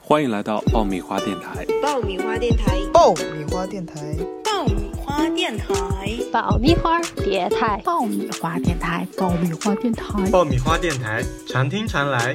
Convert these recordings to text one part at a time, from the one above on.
欢迎来到爆米花电台。 爆米花电台， 爆米花电台， 爆米花电台， 爆米花电台， 爆米花电台，爆米花电台， 爆米花电台，常听常来。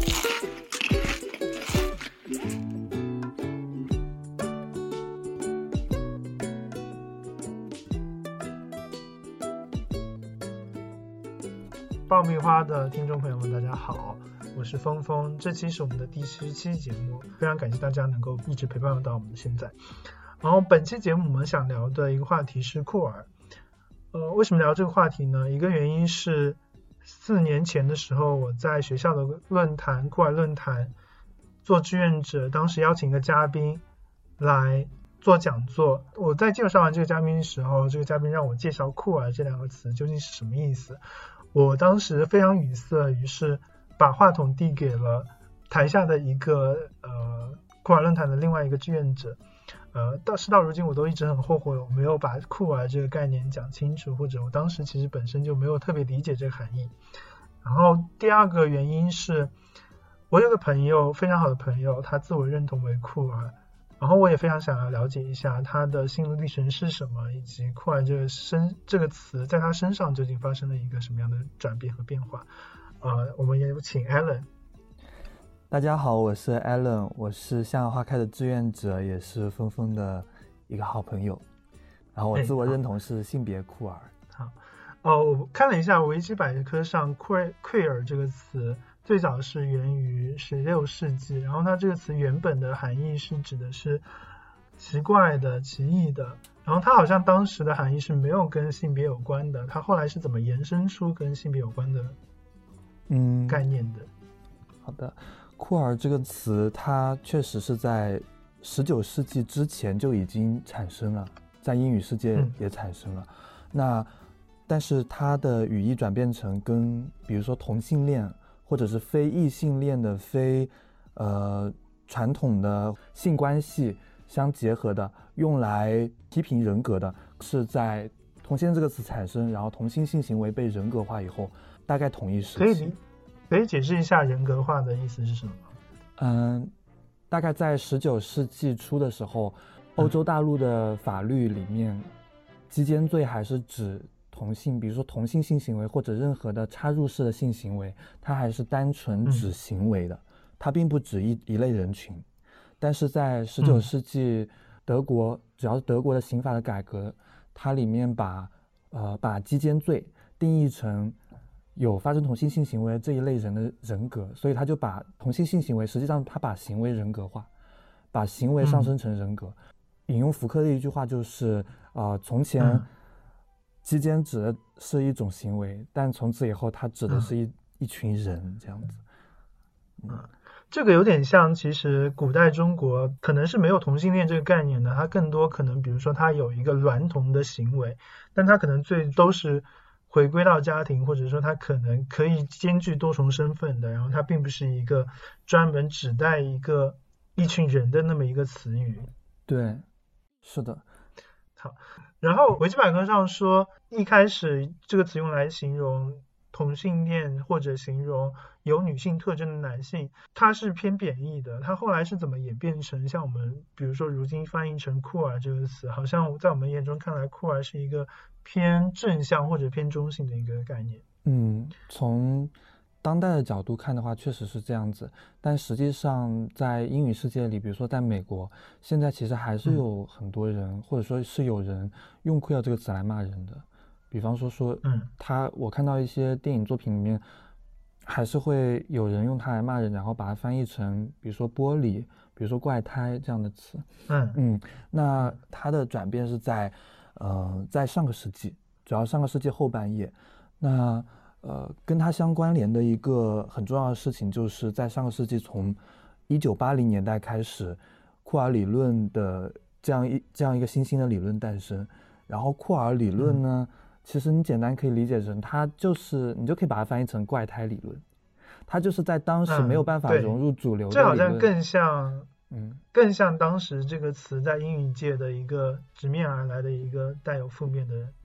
爆米花的听众朋友们，大家好，我是峰峰，这期是我们的第10期节目，非常感谢大家能够一直陪伴到我们现在。然后本期节目我们想聊的一个话题是酷儿。为什么聊这个话题呢？一个原因是4年前的时候，我在学校的论坛酷儿论坛做志愿者，当时邀请一个嘉宾来做讲座。我在介绍完这个嘉宾的时候，这个嘉宾让我介绍酷儿这2个词究竟是什么意思。我当时非常语塞，于是把话筒递给了台下的一个酷儿论坛的另外一个志愿者。事到如今我都一直很后悔我没有把酷儿这个概念讲清楚，或者我当时其实本身就没有特别理解这个含义。然后第二个原因是我有个朋友，非常好的朋友，他自我认同为酷儿，然后我也非常想要了解一下他的心路历程是什么，以及酷儿这个词在他身上究竟发生了一个什么样的转变和变化。我们也有请 Alan。 大家好，我是 Alan， 我是向阳花开的志愿者，也是峰峰的一个好朋友。然后我自我认同是性别酷儿。 好，我看了一下维基百科上queer 这个词最早是源于16世纪，然后它这个词原本的含义是指的是奇怪的、奇异的，然后它好像当时的含义是没有跟性别有关的，它后来是怎么延伸出跟性别有关的概念的？ 好的，酷儿这个词它确实是在19世纪之前就已经产生了，在英语世界也产生了。但是它的语义转变成跟比如说同性恋或者是非异性恋的非传统的性关系相结合的，用来批评人格的，是在同性恋这个词产生，然后同性性行为被人格化以后，大概同一时期。 可以解释一下人格化的意思是什么？ 大概在19世纪初的时候，欧洲大陆的法律里面，基奸罪还是指同性，比如说同性性行为或者任何的插入式的性行为，它还是单纯指行为的，它并不指一类人群。但是在19世纪德国，只要是德国的刑法的改革，它里面把基奸罪定义成有发生同性性行为这一类人的人格，所以他就把同性性行为，实际上他把行为人格化，把行为上升成人格。引用福柯的一句话就是从前基奸指的是一种行为，但从此以后它指的是一群人这样子。 这个有点像其实古代中国可能是没有同性恋这个概念的，它更多可能比如说它有一个娈童的行为，但它可能都是回归到家庭，或者说它可能可以兼具多重身份的，然后它并不是一个专门指代一群人的那么一个词语。 对，是的。 好，然后维基百科上说一开始这个词用来形容同性恋或者形容有女性特征的男性，它是偏贬义的。它后来是怎么演变成像我们比如说如今翻译成酷儿这个词，好像在我们眼中看来酷儿是一个偏正向或者偏中性的一个概念。 从当代的角度看的话确实是这样子，但实际上在英语世界里，比如说在美国，现在其实还是有很多人或者说是有人用 queer 这个词来骂人的。比方说我看到一些电影作品里面还是会有人用它来骂人，然后把它翻译成比如说玻璃，比如说怪胎这样的词。那它的转变是在上个世纪，主要上个世纪后半叶。那跟它相关联的一个很重要的事情，就是在上个世纪从1980年代开始，酷儿理论的这样一个新兴的理论诞生。然后酷儿理论呢，其实你简单可以理解成它就是你就可以把它翻译成怪胎理论，它就是在当时没有办法融入主流的理论。 这好像更像当时这个词在英语界的一个直面而来的一个带有负面的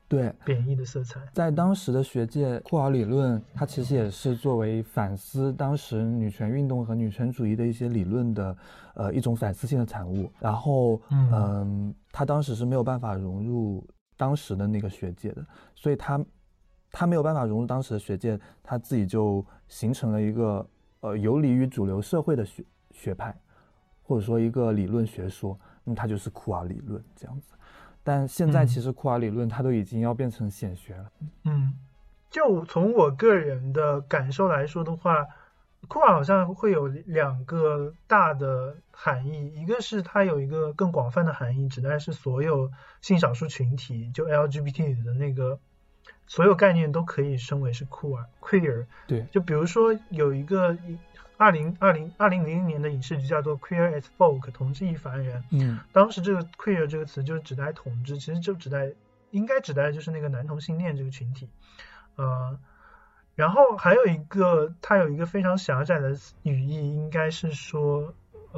对， 贬义的色彩。 在当时的学界，酷儿理论它其实也是作为反思当时女权运动和女权主义的一些理论的一种反思性的产物。然后它当时是没有办法融入当时的那个学界的，所以它没有办法融入当时的学界，它自己就形成了一个游离于主流社会的学派，或者说一个理论学说，那么它就是酷儿理论这样子。但现在其实酷儿理论它都已经要变成显学了。 就从我个人的感受来说的话，酷儿好像会有2个大的含义，一个是它有一个更广泛的含义，指代是所有性少数群体，就 LGBT 的那个所有概念都可以称为是酷儿 queer。 对， 就比如说有一个2000年的影视剧叫做 Queer as Folk， 同志亦凡人。当时这个 queer 这个词就是指代同志，其实就应该指代就是那个男同性恋这个群体。然后还有一个，它有一个非常狭窄的语义，应该是说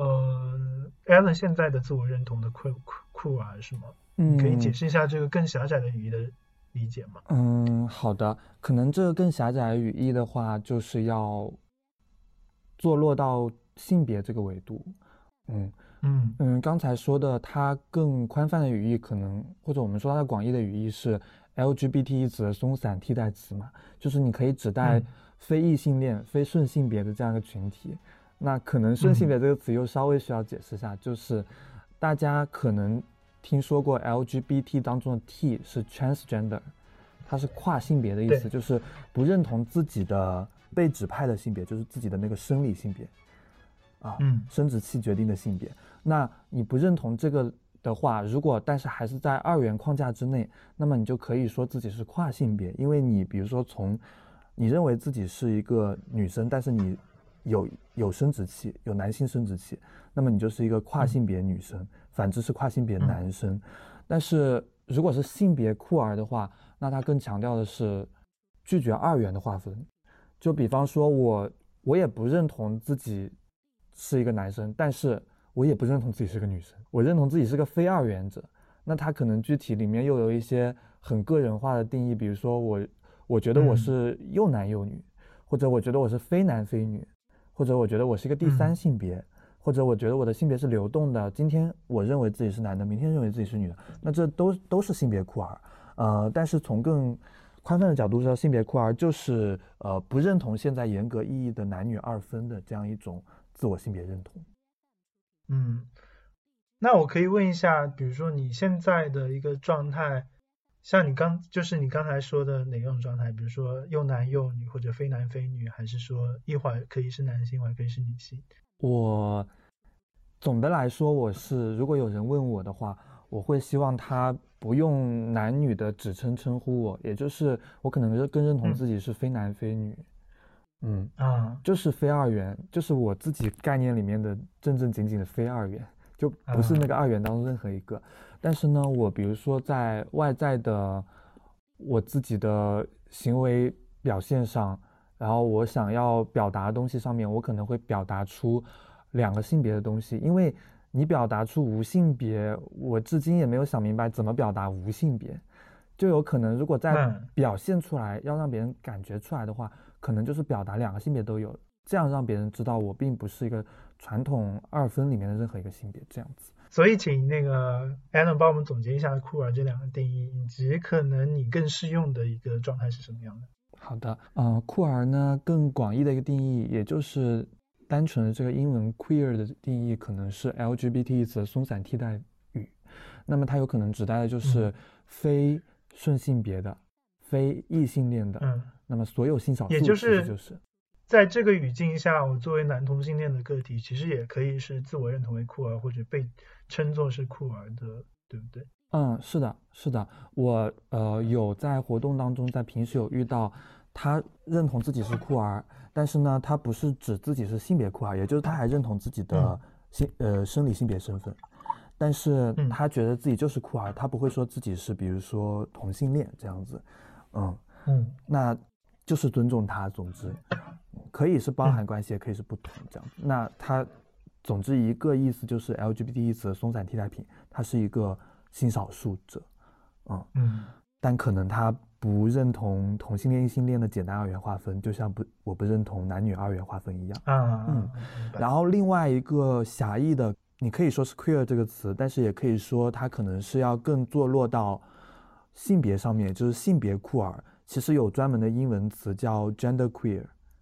Alan 现在的自我认同的酷儿是吗？可以解释一下这个更狭窄的语义的理解吗？ 好的，可能这个更狭窄的语义的话，就是要坐落到性别这个维度。刚才说的它更宽泛的语义，可能或者我们说它的广义的语义是 LGBT 一词的松散替代词嘛，就是你可以指代非异性恋、非顺性别的这样一个群体。那可能顺性别这个词又稍微需要解释一下，就是大家可能听说过 LGBT 当中的 T 是 transgender， 它是跨性别的意思，就是不认同自己的被指派的性别，就是自己的那个生理性别生殖器决定的性别。那你不认同这个的话，但是还是在2元框架之内，那么你就可以说自己是跨性别，因为你比如说你认为自己是一个女生，但是你有生殖器，有男性生殖器，那么你就是一个跨性别女生，反之是跨性别男生。但是如果是性别酷儿的话，那它更强调的是拒绝2元的划分。就比方说我也不认同自己是一个男生，但是我也不认同自己是个女生，我认同自己是个非2元者。那它可能具体里面又有一些很个人化的定义，比如说我觉得我是又男又女，或者我觉得我是非男非女，或者我觉得我是一个第3性别，或者我觉得我的性别是流动的，今天我认为自己是男的，明天认为自己是女的，那这都是性别酷儿。但是从更宽泛的角度上，性别酷儿就是不认同现在严格意义的男女2分的这样一种自我性别认同。 那我可以问一下，比如说你现在的一个状态，像你刚才说的哪种状态，比如说又男又女，或者非男非女，还是说一会儿可以是男性，一会儿可以是女性？ 我总的来说，如果有人问我的话，我会希望他不用男女的指称称呼我，也就是我可能更认同自己是非男非女。就是非2元，就是我自己概念里面的正正经经的非2元，就不是那个2元当中任何一个。但是呢，我比如说在外在的我自己的行为表现上，然后我想要表达的东西上面，我可能会表达出2个性别的东西。因为你表达出无性别，我至今也没有想明白怎么表达无性别。就有可能如果在表现出来，要让别人感觉出来的话，可能就是表达2个性别都有，这样让别人知道我并不是一个传统2分里面的任何一个性别，这样子。 所以请那个 Alan 帮我们总结一下酷儿这2个定义，以及可能你更适用的一个状态是什么样的。 好的，酷儿呢更广义的一个定义，也就是单纯的这个英文 queer 的定义，可能是 LGBT 一词的松散替代语。那么它有可能指代的就是非顺性别的、非异性恋的，那么所有性少数， 也就是在这个语境下，我作为男同性恋的个体，其实也可以是自我认同为酷儿，或者被称作是酷儿的，对不对？ 是的，我有在活动当中，在平时有遇到他认同自己是酷儿，但是呢，他不是指自己是性别酷儿，也就是他还认同自己的生理性别身份。但是他觉得自己就是酷儿，他不会说自己是比如说同性恋这样子。那就是尊重他，总之可以是包含关系，也可以是不同这样子。那他总之一个意思就是 LGBT 一词的松散替代品，他是一个性少数者。 但可能他不认同同性恋异性恋的简单二元划分，就像我不认同男女二元划分一样。然后另外一个狭义的，你可以说是 queer 这个词，但是也可以说它可能是要更坐落到性别上面，就是性别酷儿。其实有专门的英文词叫 gender queer。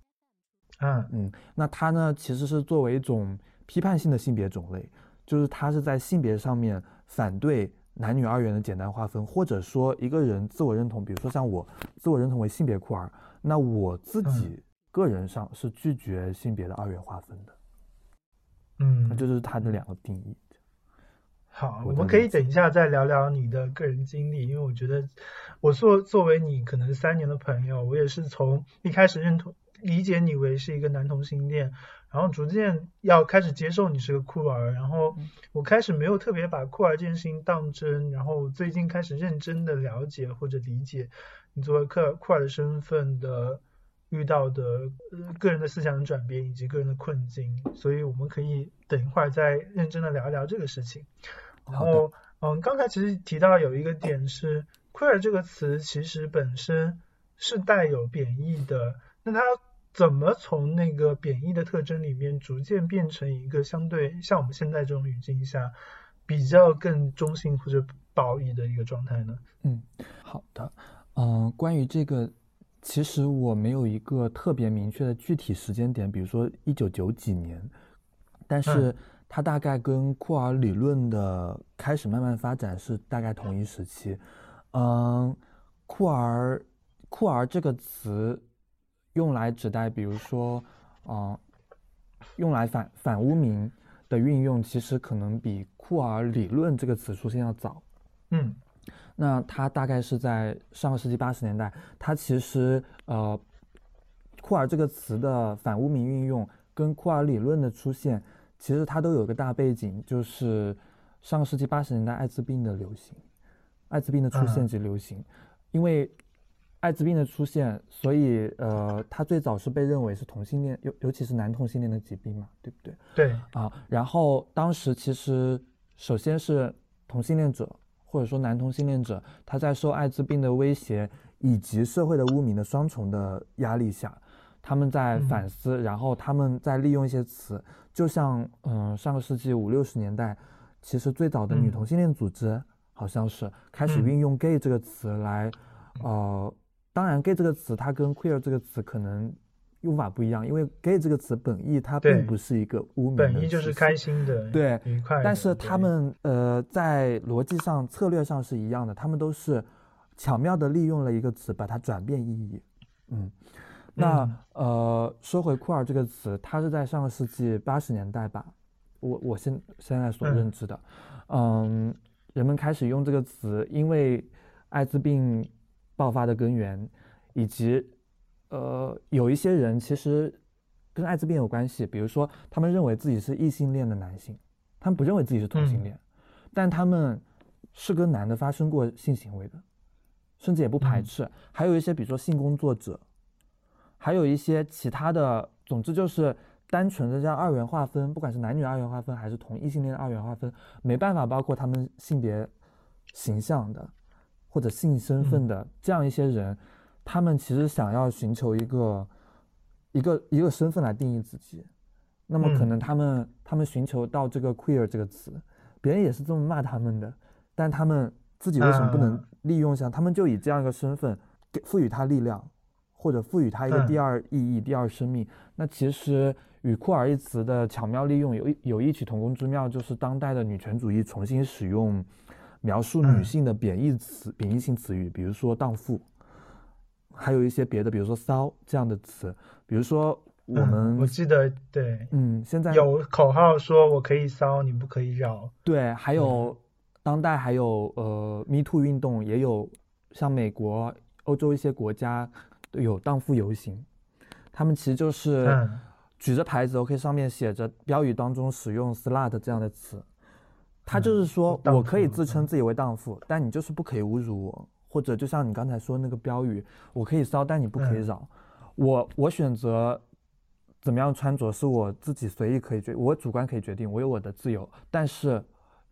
那它呢其实是作为一种批判性的性别种类，就是它是在性别上面反对男女二元的简单划分，或者说一个人自我认同，比如说像我自我认同为性别酷儿，那我自己个人上是拒绝性别的二元划分的。那这就是它的两个定义。 好，我们可以等一下再聊聊你的个人经历，因为我觉得我作为你可能3年的朋友，我也是从一开始理解你为是一个男同性恋，然后逐渐要开始接受你是个酷儿，然后我开始没有特别把酷儿这件事情当真，然后最近开始认真的了解或者理解你作为酷儿的身份的遇到的个人的思想的转变以及个人的困境，所以我们可以等一会儿再认真的聊一聊这个事情。然后刚才其实提到有一个点是 queer 这个词其实本身是带有贬义的，那它怎么从那个贬义的特征里面逐渐变成一个相对像我们现在这种语境下比较更中性或者褒义的一个状态呢？ 好的。关于这个其实我没有一个特别明确的具体时间点，比如说1990几年，但是它大概跟酷儿理论的开始慢慢发展是大概同一时期。酷儿这个词用来指代比如说用来反污名的运用，其实可能比酷儿理论这个词出现要早。那它大概是在上个世纪80年代，它其实酷儿这个词的反污名运用跟酷儿理论的出现，其实它都有一个大背景，就是上个世纪80年代艾滋病的流行，艾滋病的出现及流行。因为艾滋病的出现，所以它最早是被认为是同性恋，尤其是男同性恋的疾病嘛，对不对？ 对然后当时其实首先是同性恋者或者说男同性恋者，他在受艾滋病的威胁以及社会的污名的双重的压力下，他们在反思，然后他们在利用一些词，就像上个世纪50、60年代，其实最早的女同性恋组织好像是开始运用 gay 这个词来当然 gay 这个词它跟 queer 这个词可能用法不一样，因为 gay 这个词本意它并不是一个污名的， 本意就是开心的， 对， 愉快的， 但是他们在逻辑上策略上是一样的，他们都是巧妙的利用了一个词把它转变意义。那说回酷儿这个词，它是在上个世纪80年代吧，我现在所认知的，人们开始用这个词，因为艾滋病爆发的根源，以及有一些人其实跟艾滋病有关系，比如说他们认为自己是异性恋的男性，他们不认为自己是同性恋，但他们是跟男的发生过性行为的，甚至也不排斥。还有一些比如说性工作者，还有一些其他的，总之就是单纯的这样二元划分，不管是男女二元划分还是同异性恋的二元划分，没办法包括他们性别形象的或者性身份的这样一些人，他们其实想要寻求一个身份来定义自己。那么可能他们寻求到这个 queer 这个词，别人也是这么骂他们的，但他们自己为什么不能利用上？他们就以这样一个身份赋予他力量，或者赋予他一个第二意义、第二生命。那其实与酷儿一词的巧妙利用有异曲同工之妙，就是当代的女权主义重新使用描述女性的贬义性词语，比如说荡妇，还有一些别的，比如说骚这样的词，比如说我记得对， 现在有口号说我可以骚，你不可以扰。 对，还有当代还有Me Too 运动，也有像美国、欧洲一些国家都有荡妇游行，他们其实就是举着牌子 OK 上面写着标语当中使用 slut 这样的词，他就是说我可以自称自己为荡妇，但你就是不可以侮辱我，或者就像你刚才说那个标语，我可以骚，但你不可以扰。我选择怎么样穿着是我自己随意可以我主观可以决定，我有我的自由，但是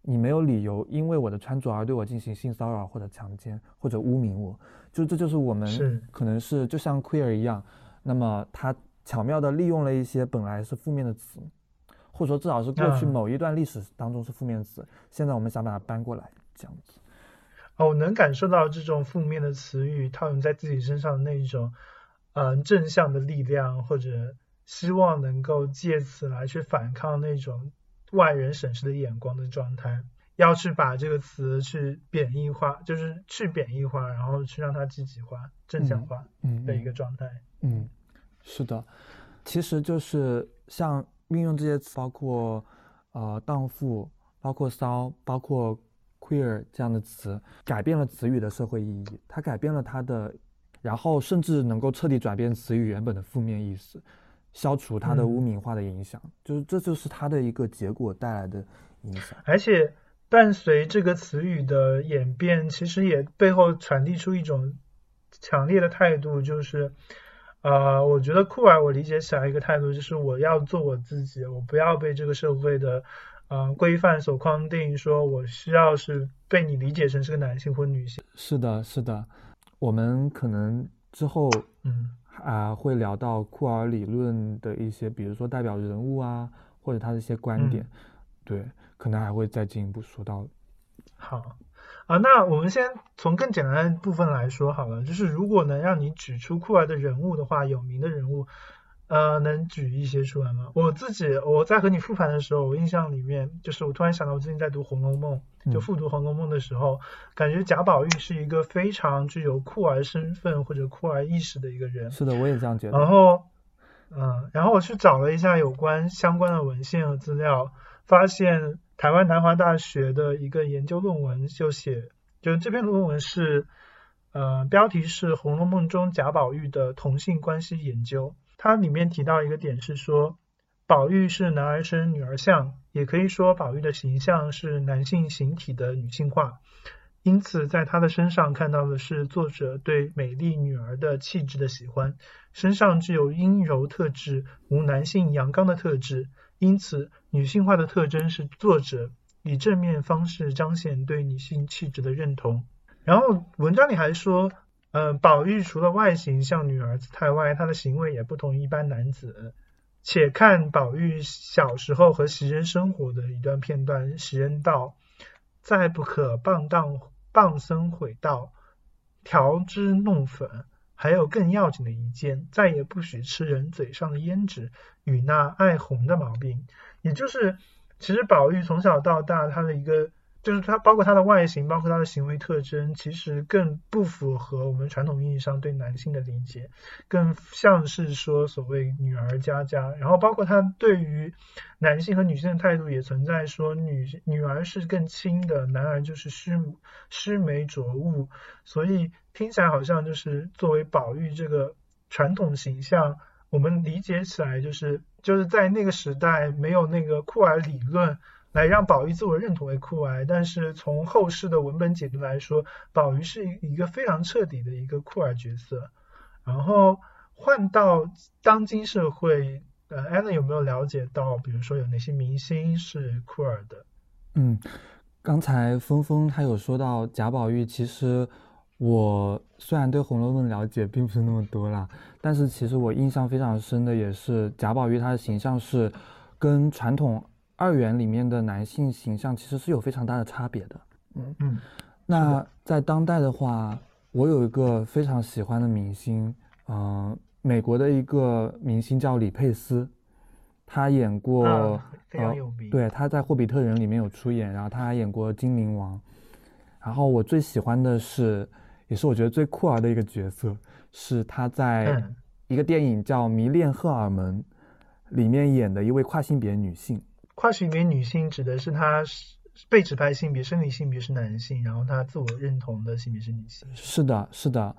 你没有理由因为我的穿着而对我进行性骚扰或者强奸或者污名我，这就是我们可能是就像 queer 一样，那么他巧妙地利用了一些本来是负面的词，或者说至少是过去某一段历史当中是负面的词，现在我们想把它搬过来这样子。 我能感受到这种负面的词语套用在自己身上的那一种正向的力量，或者希望能够借此来去反抗那种外人审视的眼光的状态，要去把这个词去贬义化，就是去贬义化，然后去让它积极化正向化的一个状态。 是的，其实就是像运用这些词，包括荡妇，包括骚，包括queer 这样的词，改变了词语的社会意义，它改变了它的，然后甚至能够彻底转变词语原本的负面意思，消除它的污名化的影响，这就是它的一个结果带来的影响。 而且伴随这个词语的演变，其实也背后传递出一种强烈的态度，就是我觉得酷儿我理解起来一个态度就是我要做我自己，我不要被这个社会的规范所框定，说我需要是被你理解成是个男性或女性。 是的，是的，我们可能之后会聊到酷儿理论的一些，比如说代表人物啊，或者他的一些观点，对，可能还会再进一步说到。 好那我们先从更简单的部分来说好了，就是如果能让你举出酷儿的人物的话，有名的人物能举一些出来吗？我在和你复盘的时候，我印象里面就是我突然想到我最近在读《红楼梦》，就复读《红楼梦》的时候，感觉贾宝玉是一个非常具有酷儿身份或者酷儿意识的一个人。 是的，我也这样觉得。 然后我去找了一下有关相关的文献和资料，发现台湾南华大学的一个研究论文就是这篇论文是标题是《红楼梦中贾宝玉的同性关系研究》。它里面提到一个点是说，宝玉是男儿身女儿相，也可以说宝玉的形象是男性形体的女性化，因此在他的身上看到的是作者对美丽女儿的气质的喜欢，身上具有阴柔特质，无男性阳刚的特质，因此女性化的特征是作者以正面方式彰显对女性气质的认同。然后文章里还说宝玉除了外形像女儿姿态外，他的行为也不同一般男子。且看宝玉小时候和袭人生活的一段片段，袭人道：再不可谤僧毁道，调脂弄粉，还有更要紧的一件，再也不许吃人嘴上的胭脂与那爱红的毛病。也就是其实宝玉从小到大他的一个就是他包括他的外形包括他的行为特征，其实更不符合我们传统意义上对男性的理解，更像是说所谓女儿家家。然后包括他对于男性和女性的态度也存在说女儿是更轻的，男儿就是须眉浊物，所以听起来好像就是作为宝玉这个传统形象，我们理解起来就是在那个时代没有那个酷儿理论来让宝玉自我认同为酷儿，但是从后世的文本解读来说，宝玉是一个非常彻底的一个酷儿角色。然后换到当今社会Alan 有没有了解到比如说有哪些明星是酷儿的？ 刚才峰峰他有说到贾宝玉，其实我虽然对《红楼梦》了解并不是那么多啦，但是其实我印象非常深的也是贾宝玉他的形象是跟传统二元里面的男性形象其实是有非常大的差别的。那在当代的话，我有一个非常喜欢的明星，美国的一个明星叫李佩斯，他演过非常有名， 对，他在《霍比特人》里面有出演，然后他还演过精灵王。然后我最喜欢的是，也是我觉得最酷儿的一个角色，是他在一个电影叫《迷恋荷尔蒙》里面演的一位跨性别女性。 跨性别女性指的是她被指派性别生理性别是男性，然后她自我认同的性别是女性。 是的，是的，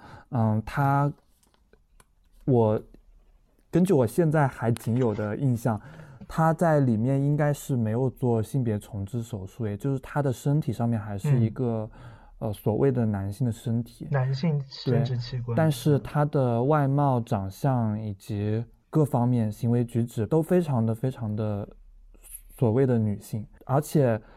我根据我现在还仅有的印象，她在里面应该是没有做性别重置手术，也就是她的身体上面还是一个所谓的男性的身体， 男性生殖器官， 但是她的外貌、长相以及各方面行为举止都非常的所谓的女性。而且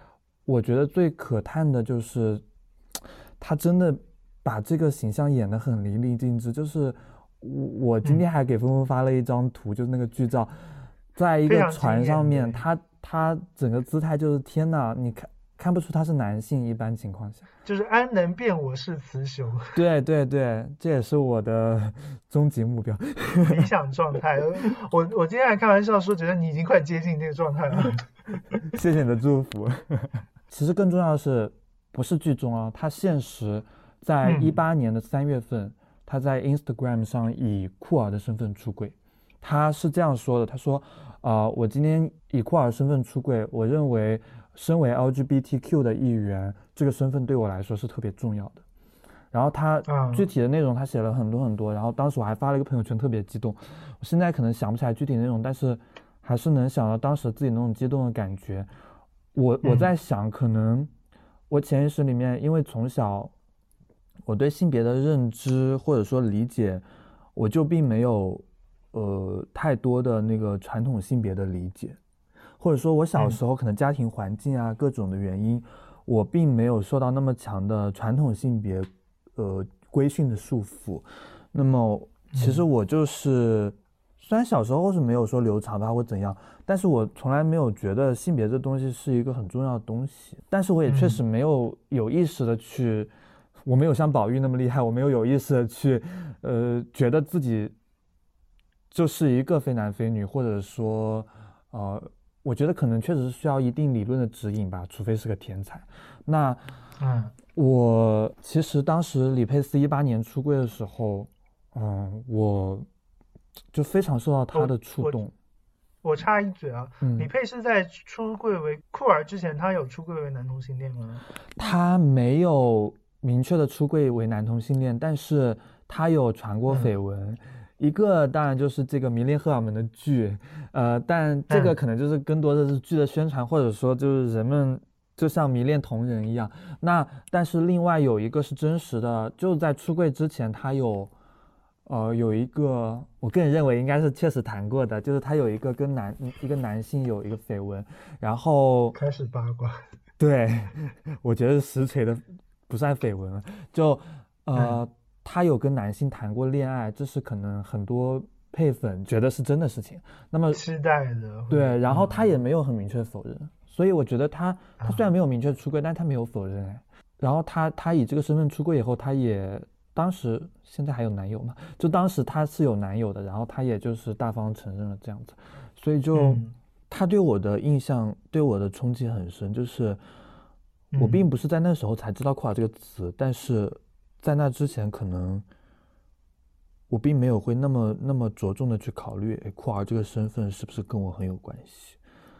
我觉得最可叹的就是他真的把这个形象演得很淋漓尽致。就是我今天还给峰峰发了一张图，就是那个剧照，在一个船上面，他整个姿态就是天哪，你看不出他是男性，一般情况下就是安能辨我是雌雄。 对对对，这也是我的终极目标， 理想状态。我今天还开玩笑说，觉得你已经快接近那个状态了。 谢谢你的祝福。其实更重要的是，不是剧中啊，他现实在18年的3月份，他在 Instagram 上以库尔的身份出柜。他是这样说的，他说我今天以库尔身份出柜，我认为身为 LGBTQ 的一员，这个身份对我来说是特别重要的。然后他具体的内容他写了很多很多，然后当时我还发了一个朋友圈，特别激动。我现在可能想不起来具体内容，但是还是能想到当时自己那种激动的感觉。我在想，可能我潜意识里面，因为从小我对性别的认知或者说理解，我就并没有太多的那个传统性别的理解，或者说我小时候可能家庭环境啊各种的原因，我并没有受到那么强的传统性别规训的束缚。那么其实我就是虽然小时候是没有说留长发或怎样，但是我从来没有觉得性别这东西是一个很重要的东西。但是我也确实没有意识的去，我没有像宝玉那么厉害，我没有意识的去觉得自己就是一个非男非女，或者说我觉得可能确实是需要一定理论的指引吧，除非是个天才。那我其实当时李佩斯18年出柜的时候，我就非常受到他的触动。 我插一嘴啊，李佩斯在出柜为库尔之前，他有出柜为男同性恋吗？ 他没有明确的出柜为男同性恋，但是他有传过绯闻。一个当然就是这个《迷恋荷尔蒙》的剧，但这个可能就是更多的是剧的宣传，或者说就是人们就像迷恋同人一样。但是另外有一个是真实的，就在出柜之前，他有一个我个人认为应该是确实谈过的，就是他有一个跟一个男性有一个绯闻，然后开始八卦。 对，我觉得实锤的不算绯闻了，就他有跟男性谈过恋爱，这是可能很多配粉觉得是真的事情，那么期待的。 对，然后他也没有很明确否认，所以我觉得他虽然没有明确出柜，但他没有否认。然后他以这个身份出柜以后，他也当时现在还有男友嘛，就当时他是有男友的，然后他也就是大方承认了这样子，所以就他对我的印象对我的冲击很深，就是我并不是在那时候才知道库尔这个词，但是在那之前可能我并没有会那么着重的去考虑库尔这个身份是不是跟我很有关系。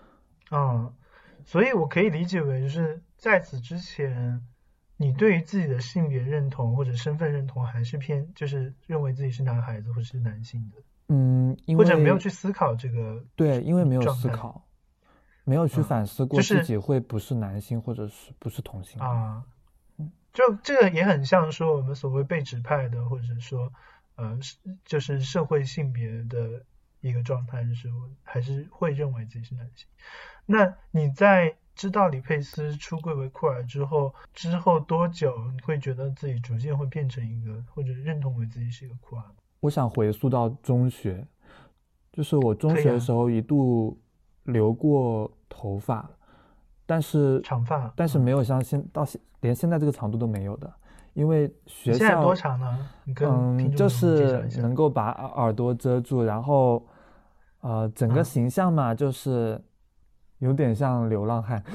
所以我可以理解为就是在此之前你对于自己的性别认同或者身份认同还是偏就是认为自己是男孩子或者是男性的。因为或者没有去思考这个。对， 因为没有思考，没有去反思过自己会不是男性或者是不是同性就这个也很像说我们所谓被指派的，或者说就是社会性别的一个状态，就是我还是会认为自己是男性。那你在知道李佩斯出柜为库尔之后多久你会觉得自己逐渐会变成一个或者认同为自己是一个库尔？ 我想回溯到中学，就是我中学的时候一度留过头发，但是长发， 但是没有像连现在这个长度都没有的，因为学校现在多长呢？你跟就是能够把耳朵遮住，然后整个形象嘛，就是有点像流浪汉。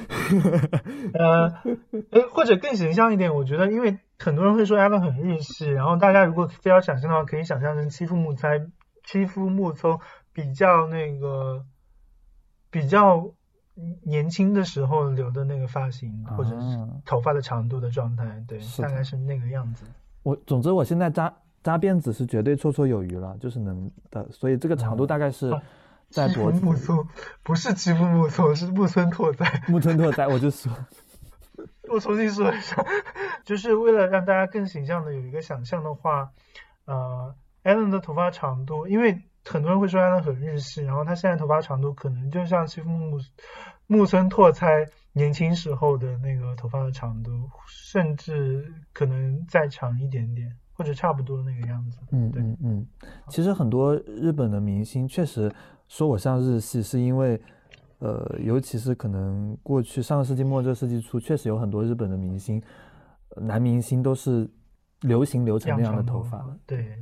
或者更形象一点，我觉得因为很多人会说Alan很日系，然后大家如果非要想象的话，可以想象成欺负木聪比较年轻的时候留的那个发型，或者是头发的长度的状态，对，大概是那个样子。 总之我现在扎辫子是绝对绰绰有余了，就是能的，所以这个长度大概是在脖子。 木聪不是欺负木聪，是木村拓哉。 木村拓哉，我就说， 我重新说一下，就是为了让大家更形象的有一个想象的话，Alan 的头发长度，因为很多人会说Alan很日系，然后他现在头发长度可能就像欺负木村拓哉年轻时候的那个头发的长度，甚至可能再长一点点，或者差不多那个样子。 其实很多日本的明星确实说我像日系，是因为尤其是可能过去上个世纪末这个世纪初，确实有很多日本的明星，男明星都是流行留成那样的头发了。 对，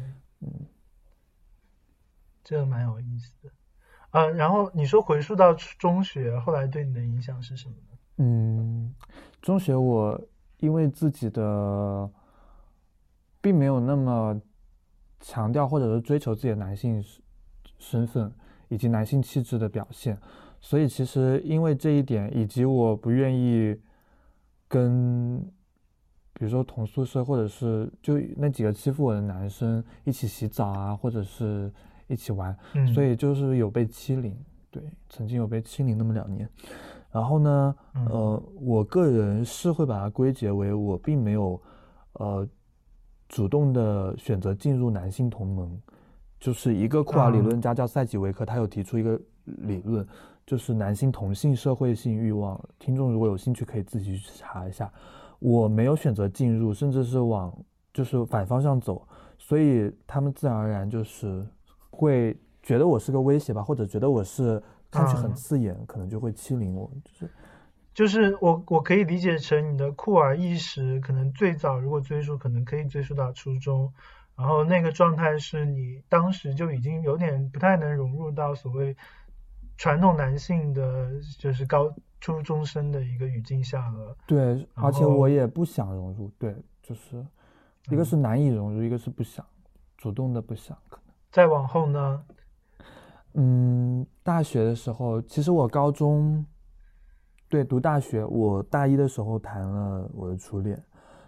这蛮有意思的。然后你说回溯到中学，后来对你的影响是什么呢？ 中学我因为自己的并没有那么强调或者是追求自己的男性身份以及男性气质的表现，所以其实因为这一点，以及我不愿意跟比如说同宿舍或者是就那几个欺负我的男生一起洗澡啊，或者是一起玩，所以就是有被欺凌，对，曾经有被欺凌那么2年。然后呢，我个人是会把它归结为我并没有主动的选择进入男性同盟，就是一个库尔理论家叫塞吉维克，他有提出一个理论，就是男性同性社会性欲望，听众如果有兴趣可以自己去查一下。我没有选择进入，甚至是往就是反方向走，所以他们自然而然就是会觉得我是个威胁吧，或者觉得我是看起很刺眼，可能就会欺凌我。 就是我可以理解成你的酷儿意识可能最早如果追溯，可能可以追溯到初中，然后那个状态是你当时就已经有点不太能融入到所谓传统男性的就是初中生的一个语境下了。 对，而且我也不想融入，对，就是一个是难以融入，一个是不想，主动的不想。可能再往后呢， 大学的时候，其实我高中读大学，我大一的时候谈了我的初恋。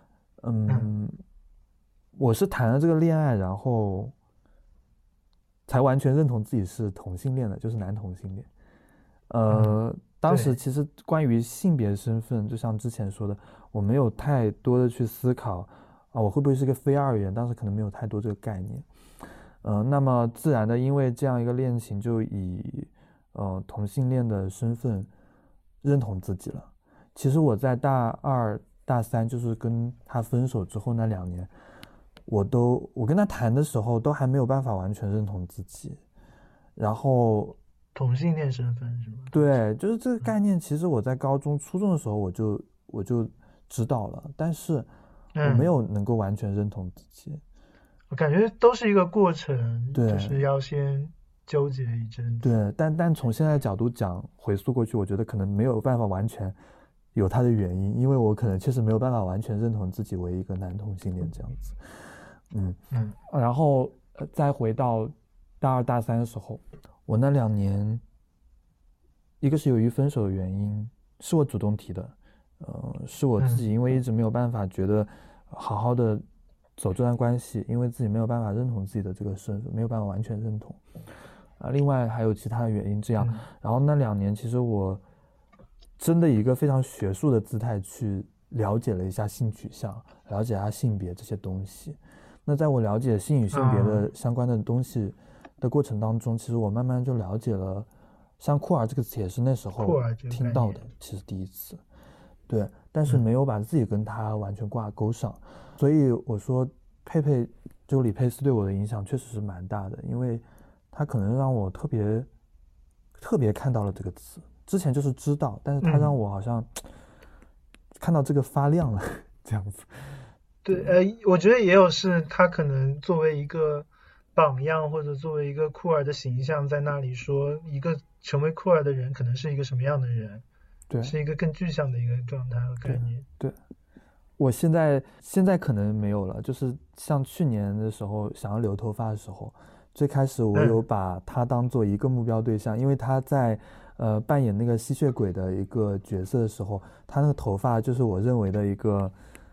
我是谈了这个恋爱，然后才完全认同自己是同性恋的，就是男同性恋。当时其实关于性别身份，就像之前说的，我没有太多的去思考我会不会是个非二元，当时可能没有太多这个概念。那么自然的因为这样一个恋情，就以同性恋的身份认同自己了。其实我在大2、大3，就是跟他分手之后那2年，我跟他谈的时候都还没有办法完全认同自己。然后同性恋身份是吗？ 对，就是这个概念，其实我在高中、初中的时候我就知道了，但是我没有能够完全认同自己。 我感觉都是一个过程， 对， 就是要先纠结一阵子。 对，但从现在的角度讲，回溯过去，我觉得可能没有办法完全有它的原因，因为我可能确实没有办法完全认同自己为一个男同性恋这样子。然后再回到大2、大3的时候，我那2年，一个是由于分手的原因，是我主动提的，是我自己因为一直没有办法觉得好好的走这段关系，因为自己没有办法认同自己的这个身份，没有办法完全认同。另外还有其他的原因这样。然后那2年其实我真的以一个非常学术的姿态去了解了一下性取向，了解一下性别这些东西。那在我了解性与性别的相关的东西的过程当中，其实我慢慢就了解了，像酷儿这个词也是那时候听到的，其实第一次。对，但是没有把自己跟他完全挂钩上。所以我说佩佩就李佩斯对我的影响确实是蛮大的，因为他可能让我特别看到了这个词，之前就是知道，但是他让我好像看到这个发亮了这样子。 对，我觉得也有是他可能作为一个榜样，或者作为一个酷儿的形象在那里说，一个成为酷儿的人可能是一个什么样的人， 对， 是一个更具象的一个状态和概念。 对，我现在可能没有了，就是像去年的时候想要留头发的时候，最开始我有把他当做一个目标对象，因为他在扮演那个吸血鬼的一个角色的时候，他那个头发就是我认为的一个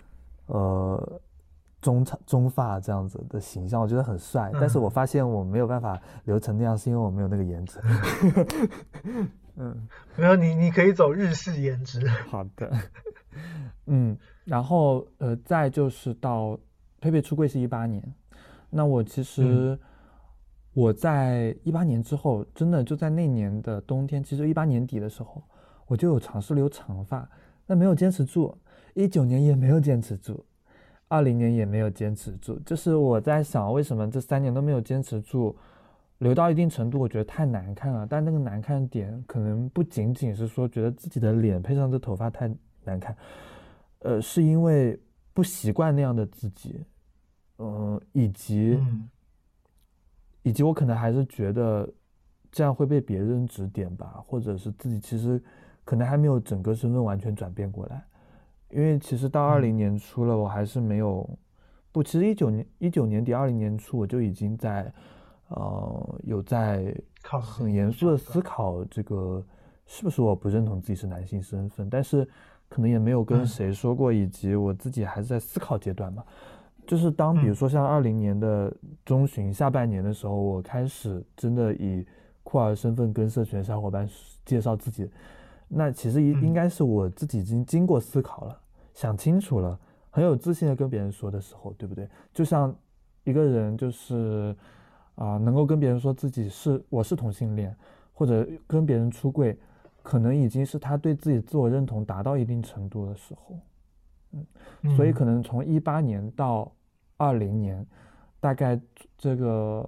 中发这样子的形象，我觉得很帅。但是我发现我没有办法留成那样，是因为我没有那个颜值。 没有你可以走日系颜值。 好的。然后再就是到佩佩出柜是18年，那我其实我在18年之后，真的就在那年的冬天，其实18年底的时候，我我就有尝试留长发，但没有坚持住，19年也没有坚持住，20年也没有坚持住。就是我在想，为什么这3年都没有坚持住？留到一定程度，我觉得太难看了。但那个难看点，可能不仅仅是说觉得自己的脸配上这头发太难看，是因为不习惯那样的自己，以及我可能还是觉得这样会被别人指点吧，或者是自己其实可能还没有整个身份完全转变过来。因为其实到20年初了，我还是没有其实19年底20年初我就已经在有在很严肃的思考这个是不是我不认同自己是男性身份，但是可能也没有跟谁说过，以及我自己还是在思考阶段嘛。就是当比如说像20年的中旬下半年的时候，我开始真的以酷儿身份跟社群小伙伴介绍自己，那其实应该是我自己已经经过思考了，想清楚了，很有自信的跟别人说的时候，对不对？就像一个人就是能够跟别人说自己我是同性恋，或者跟别人出柜，可能已经是他对自己自我认同达到一定程度的时候。所以可能从18年到20年，大概这个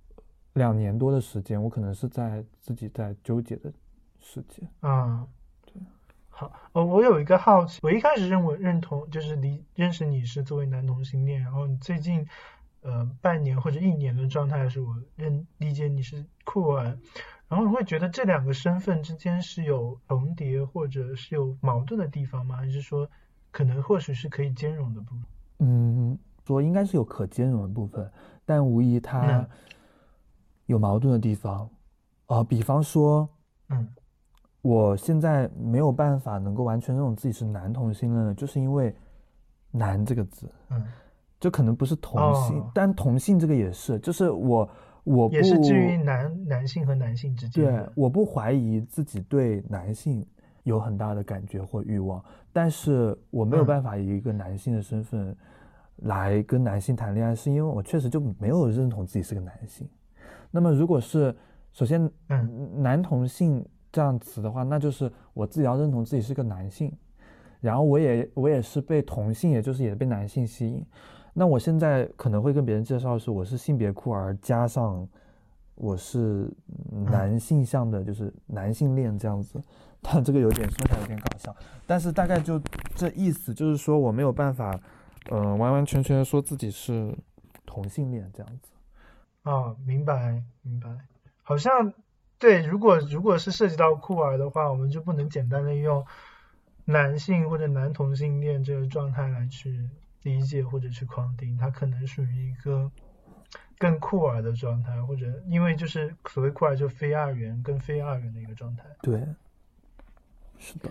2年多的时间，我可能是自己在纠结的时间。 对。好，我有一个好奇，我一开始认同就是认识你是作为男同性恋，然后你最近半年或者1年的状态是我理解你是酷儿，然后你会觉得这2个身份之间是有重叠或者是有矛盾的地方吗？还是说可能或许是可以兼容的部分？ 说应该是有可兼容的部分，但无疑它有矛盾的地方。比方说，我现在没有办法能够完全认同自己是男同性恋，就是因为“男”这个字，就可能不是同性，但同性这个也是，就是我不也是基于男性和男性之间的。 对，我不怀疑自己对男性有很大的感觉或欲望，但是我没有办法以一个男性的身份来跟男性谈恋爱，是因为我确实就没有认同自己是个男性。那么如果是首先男同性这样词的话，那就是我自己要认同自己是个男性，然后我也是被同性，也就是也被男性吸引。那我现在可能会跟别人介绍的是我是性别酷儿加上我是男性向的，就是男性恋这样子。但这个有点说起来有点搞笑，但是大概就这意思，就是说我没有办法完完全全的说自己是同性恋这样子。 明白。好像对，如果是涉及到酷儿的话，我们就不能简单的用男性或者男同性恋这个状态来去理解或者去框定，它可能属于一个更酷儿的状态，或者因为就是所谓酷儿就非二元跟非二元的一个状态。 对，是的。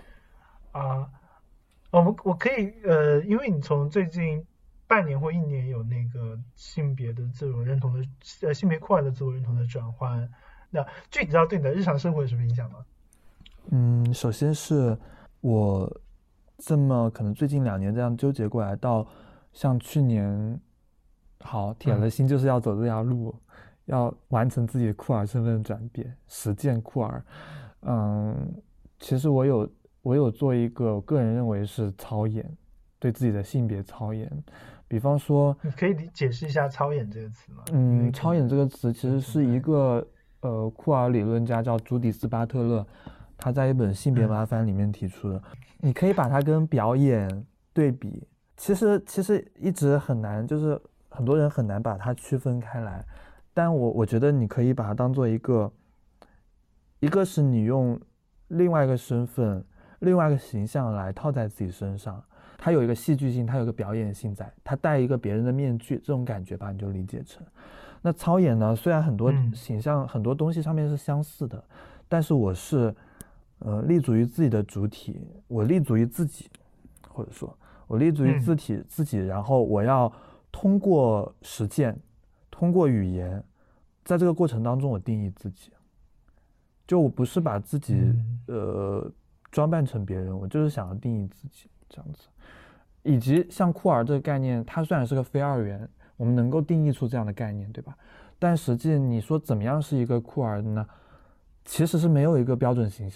我可以因为你从最近半年或1年有那个性别的自我认同的性别酷儿的自我认同的转换，那具体到对你的日常生活有什么影响吗？ 首先是我这么可能最近2年这样纠结过来，到像去年铁了心就是要走这条路，要完成自己的酷儿身份转变，实践酷儿。其实我有做一个我个人认为是操演，对自己的性别操演。比方说， 你可以解释一下操演这个词吗？ 操演这个词其实是一个酷儿理论家叫朱迪斯·巴特勒，他在一本性别麻烦里面提出的。你可以把它跟表演对比，其实一直很难，就是很多人很难把它区分开来。但我觉得你可以把它当做一个是你用另外一个身份、另外一个形象来套在自己身上，它有一个戏剧性，它有一个表演性在，它戴一个别人的面具，这种感觉吧，你就理解成。那操演呢，虽然很多形象、很多东西上面是相似的，但是我是立足于自己的主体，我立足于自己，或者说我立足于自己，然后我要通过实践，通过语言，在这个过程当中我定义自己。就我不是把自己装扮成别人，我就是想要定义自己这样子。以及像酷儿这个概念，它虽然是个非二元，我们能够定义出这样的概念，对吧？但实际你说怎么样是一个酷儿的呢？其实是没有一个标准形象的。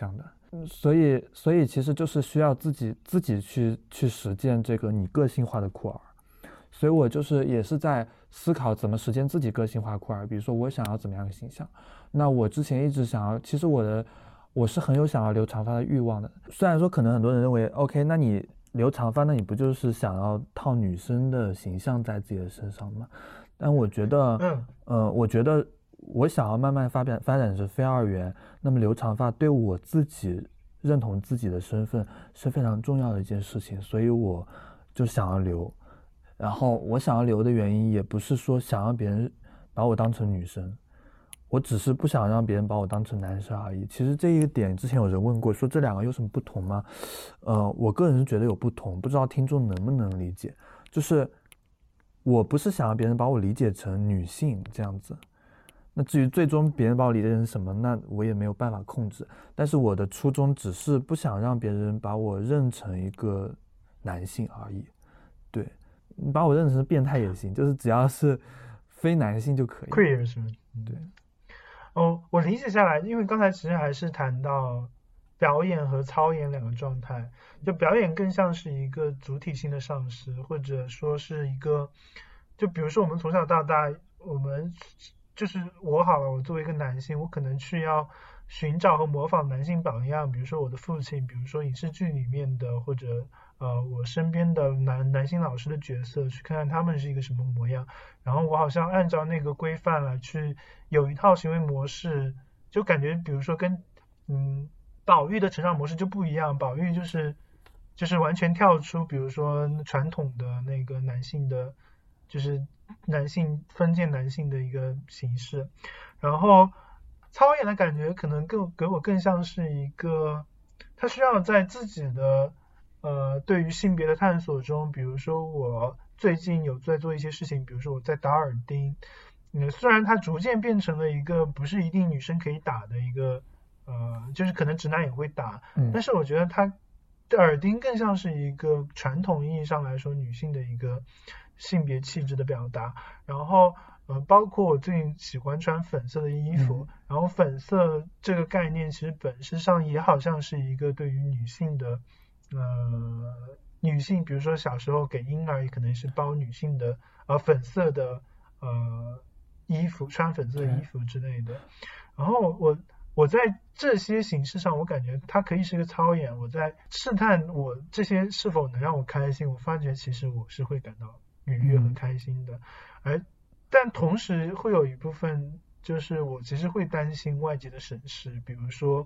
所以其实就是需要自己去实践这个你个性化的酷儿。所以我就是也是在思考怎么实现自己个性化酷儿。比如说我想要怎么样的形象，那我之前一直想要，其实我是很有想要留长发的欲望的。虽然说可能很多人认为 OK， 那你留长发，那你不就是想要套女生的形象在自己的身上吗？但我觉得我觉得我想要慢慢发展成非二元，那么留长发对我自己认同自己的身份是非常重要的一件事情，所以我就想要留。然后我想要留的原因也不是说想让别人把我当成女生，我只是不想让别人把我当成男生而已。其实这一个点之前有人问过，说这两个有什么不同吗？我个人是觉得有不同，不知道听众能不能理解。就是我不是想让别人把我理解成女性这样子，那至于最终别人把我理解成什么，那我也没有办法控制。但是我的初衷只是不想让别人把我认成一个男性而已。对，你把我认成变态也行，就是只要是非男性就可以。 queer 是吗？ 对。 我理解下来，因为刚才其实还是谈到表演和操演两个状态，就表演更像是一个主体性的丧失，或者说是一个，就比如说我们从小到大，我们就是我好了，我作为一个男性，我可能去要寻找和模仿男性榜样，比如说我的父亲，比如说影视剧里面的，或者我身边的男性老师的角色，去看看他们是一个什么模样，然后我好像按照那个规范来去有一套行为模式，就感觉比如说跟宝玉的成长模式就不一样，宝玉就是完全跳出比如说传统的那个男性的，就是男性封建男性的一个形式，然后操演的感觉可能给我更像是一个，他需要在自己的对于性别的探索中，比如说我最近有在做一些事情，比如说我在打耳钉，虽然它逐渐变成了一个不是一定女生可以打的一个就是可能直男也会打，但是我觉得它的耳钉更像是一个传统意义上来说女性的一个性别气质的表达，然后包括我最近喜欢穿粉色的衣服，然后粉色这个概念其实本质上也好像是一个对于女性的女性，比如说小时候给婴儿也可能是包女性的粉色的衣服，穿粉色的衣服之类的。然后我在这些形式上，我感觉它可以是一个操演，我在试探我这些是否能让我开心，我发觉其实我是会感到愉悦和开心的，但同时会有一部分就是我其实会担心外界的审视，比如说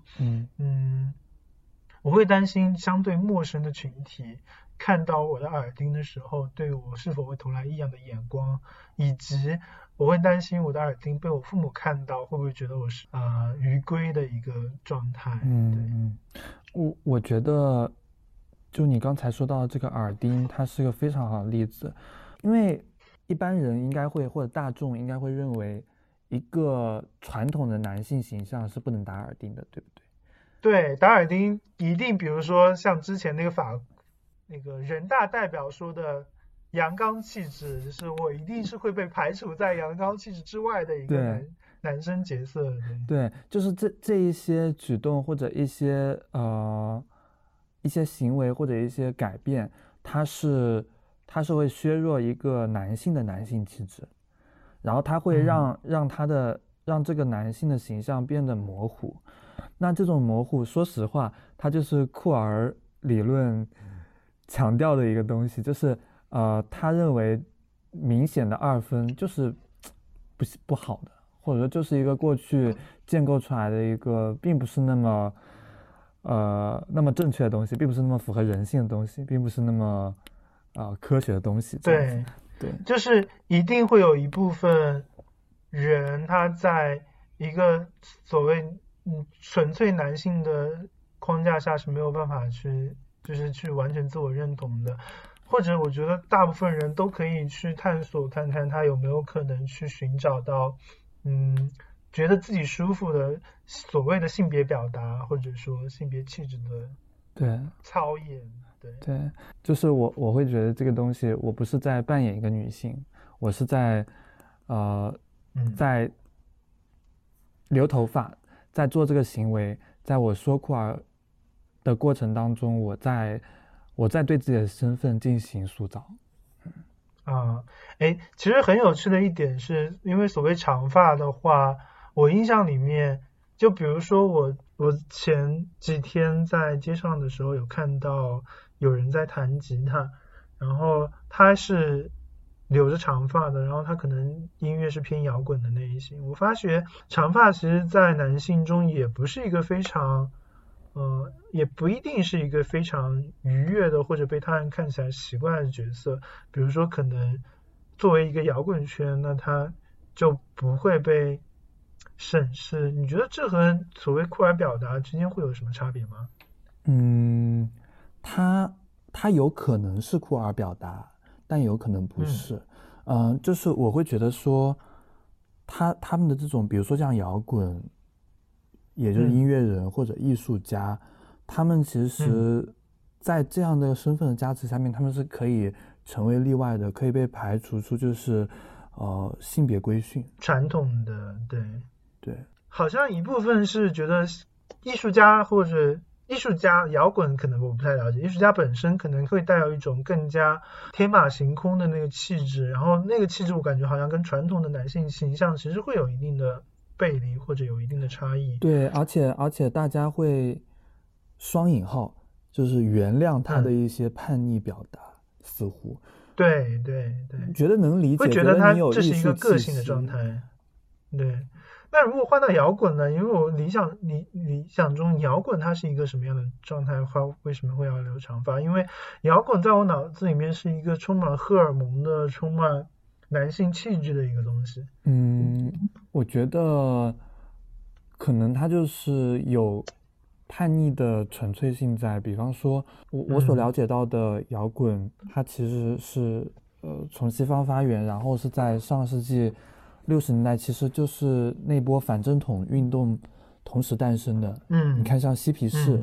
我会担心相对陌生的群体看到我的耳钉的时候对我是否会投来异样的眼光，以及我会担心我的耳钉被我父母看到会不会觉得我是鱼龟的一个状态。 我觉得就你刚才说到的这个耳钉，它是一个非常好的例子，因为一般人应该会，或者大众应该会认为一个传统的男性形象是不能打耳钉的，对不对？ 对，打耳钉一定，比如说像之前那个人大代表说的阳刚气质，就是我一定是会被排除在阳刚气质之外的一个男生角色。 对，就是这一些举动或者一些行为或者一些改变，它是会削弱一个男性的男性气质，然后它会让这个男性的形象变得模糊。那这种模糊，说实话，它就是库尔理论强调的一个东西，就是他认为明显的二分就是不好的，或者说就是一个过去建构出来的一个并不是那么正确的东西，并不是那么符合人性的东西，并不是那么科学的东西。 对，就是一定会有一部分人他在一个所谓纯粹男性的框架下是没有办法去完全自我认同的，或者我觉得大部分人都可以去探索看看他有没有可能去寻找到觉得自己舒服的所谓的性别表达，或者说性别气质的操演。 对，就是我会觉得这个东西，我不是在扮演一个女性，我是在留头发，在做这个行为，在我说库尔的过程当中，我在对自己的身份进行塑造。 其实很有趣的一点是，因为所谓长发的话，我印象里面，就比如说我前几天在街上的时候有看到有人在弹吉他，然后他是留着长发的，然后他可能音乐是偏摇滚的类型。我发觉长发其实在男性中也不是一个非常也不一定是一个非常愉悦的或者被他人看起来习惯的角色。比如说可能作为一个摇滚圈，那他就不会被审视。你觉得这和所谓酷儿表达之间会有什么差别吗？ 他有可能是酷儿表达，但有可能不是。就是我会觉得说他们的这种比如说像摇滚，也就是音乐人或者艺术家，他们其实在这样的身份的加持下面，他们是可以成为例外的，可以被排除出就是性别规训传统的。 对， 好像一部分是觉得艺术家或者艺术家摇滚可能我不太了解，艺术家本身可能会带有一种更加天马行空的那个气质，然后那个气质我感觉好像跟传统的男性形象其实会有一定的背离或者有一定的差异。 对，而且大家会双引号就是原谅他的一些叛逆表达，似乎对， 觉得能理解， 会觉得他你有这是一个艺术个性的状态。对，那如果换到摇滚呢？因为我理想中摇滚它是一个什么样的状态的话，为什么会要留长发？因为摇滚在我脑子里面是一个充满荷尔蒙的、充满男性气质的一个东西。 我觉得可能它就是有叛逆的纯粹性在。比方说我所了解到的摇滚，它其实是从西方发源，然后是在上世纪60年代，其实就是那波反正统运动同时诞生的。你看像嬉皮士，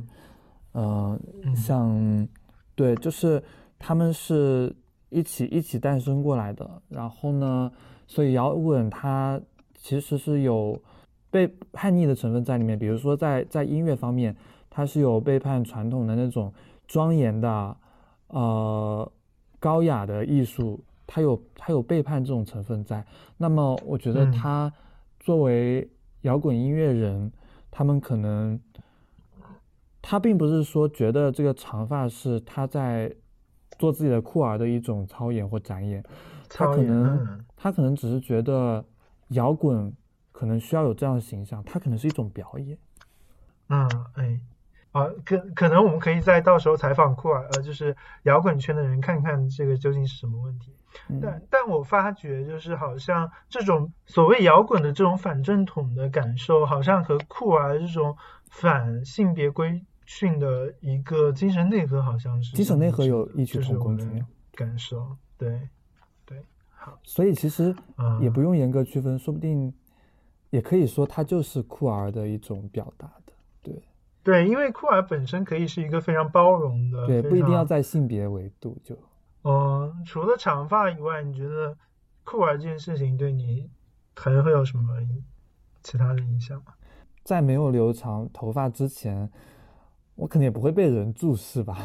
像对，就是他们是一起诞生过来的。然后呢，所以摇滚它其实是有被叛逆的成分在里面。比如说在音乐方面，它是有背叛传统的那种庄严的高雅的艺术，它有背叛这种成分在。那么我觉得他作为摇滚音乐人，他们可能他并不是说觉得这个长发是他在做自己的酷儿的一种操演或展演，他可能只是觉得摇滚可能需要有这样的形象，它可能是一种表演。 可能我们可以在到时候采访酷儿就是摇滚圈的人，看看这个究竟是什么问题。但我发觉就是好像这种所谓摇滚的这种反正统的感受，好像和酷儿这种反性别规训的一个精神内核好像是精神内核有异曲同工之妙感受。对，好， 所以其实也不用严格区分，说不定也可以说它就是酷儿的一种表达的。 对，因为酷儿本身可以是一个非常包容的， 对，不一定要在性别维度就。 除了长发以外，你觉得酷儿这件事情对你还会有什么其他的影响吗？ 在没有留长头发之前，我可能也不会被人注视吧。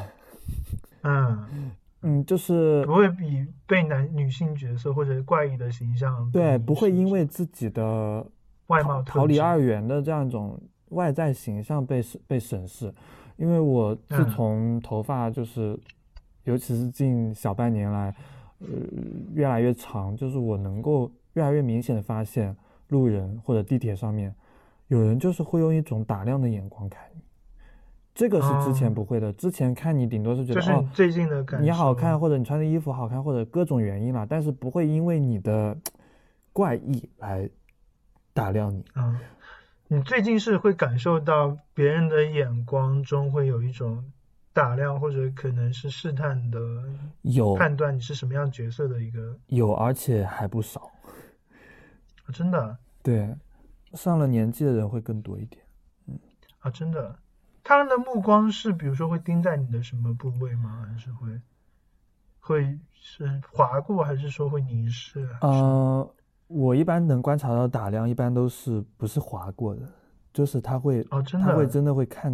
就是不会被女性角色或者怪异的形象， 对，不会因为自己的外貌逃离二元的这样一种外在形象被审视。因为我自从头发就是尤其是近小半年来越来越长，就是我能够越来越明显的发现路人或者地铁上面有人就是会用一种打量的眼光看你，这个是之前不会的。之前看你顶多是觉得就是你最近的感受， 你好看，或者你穿的衣服好看，或者各种原因啦，但是不会因为你的怪异来打量你。 你最近是会感受到别人的眼光中会有一种打量或者可能是试探的， 有判断你是什么样角色的一个， 有，而且还不少。 真的？ 对，上了年纪的人会更多一点。 真的？他们的目光是比如说会盯在你的什么部位吗？还是会是划过，还是说会凝视？ 我一般能观察到打量，一般都是不是划过的，就是他会他会真的会看着我。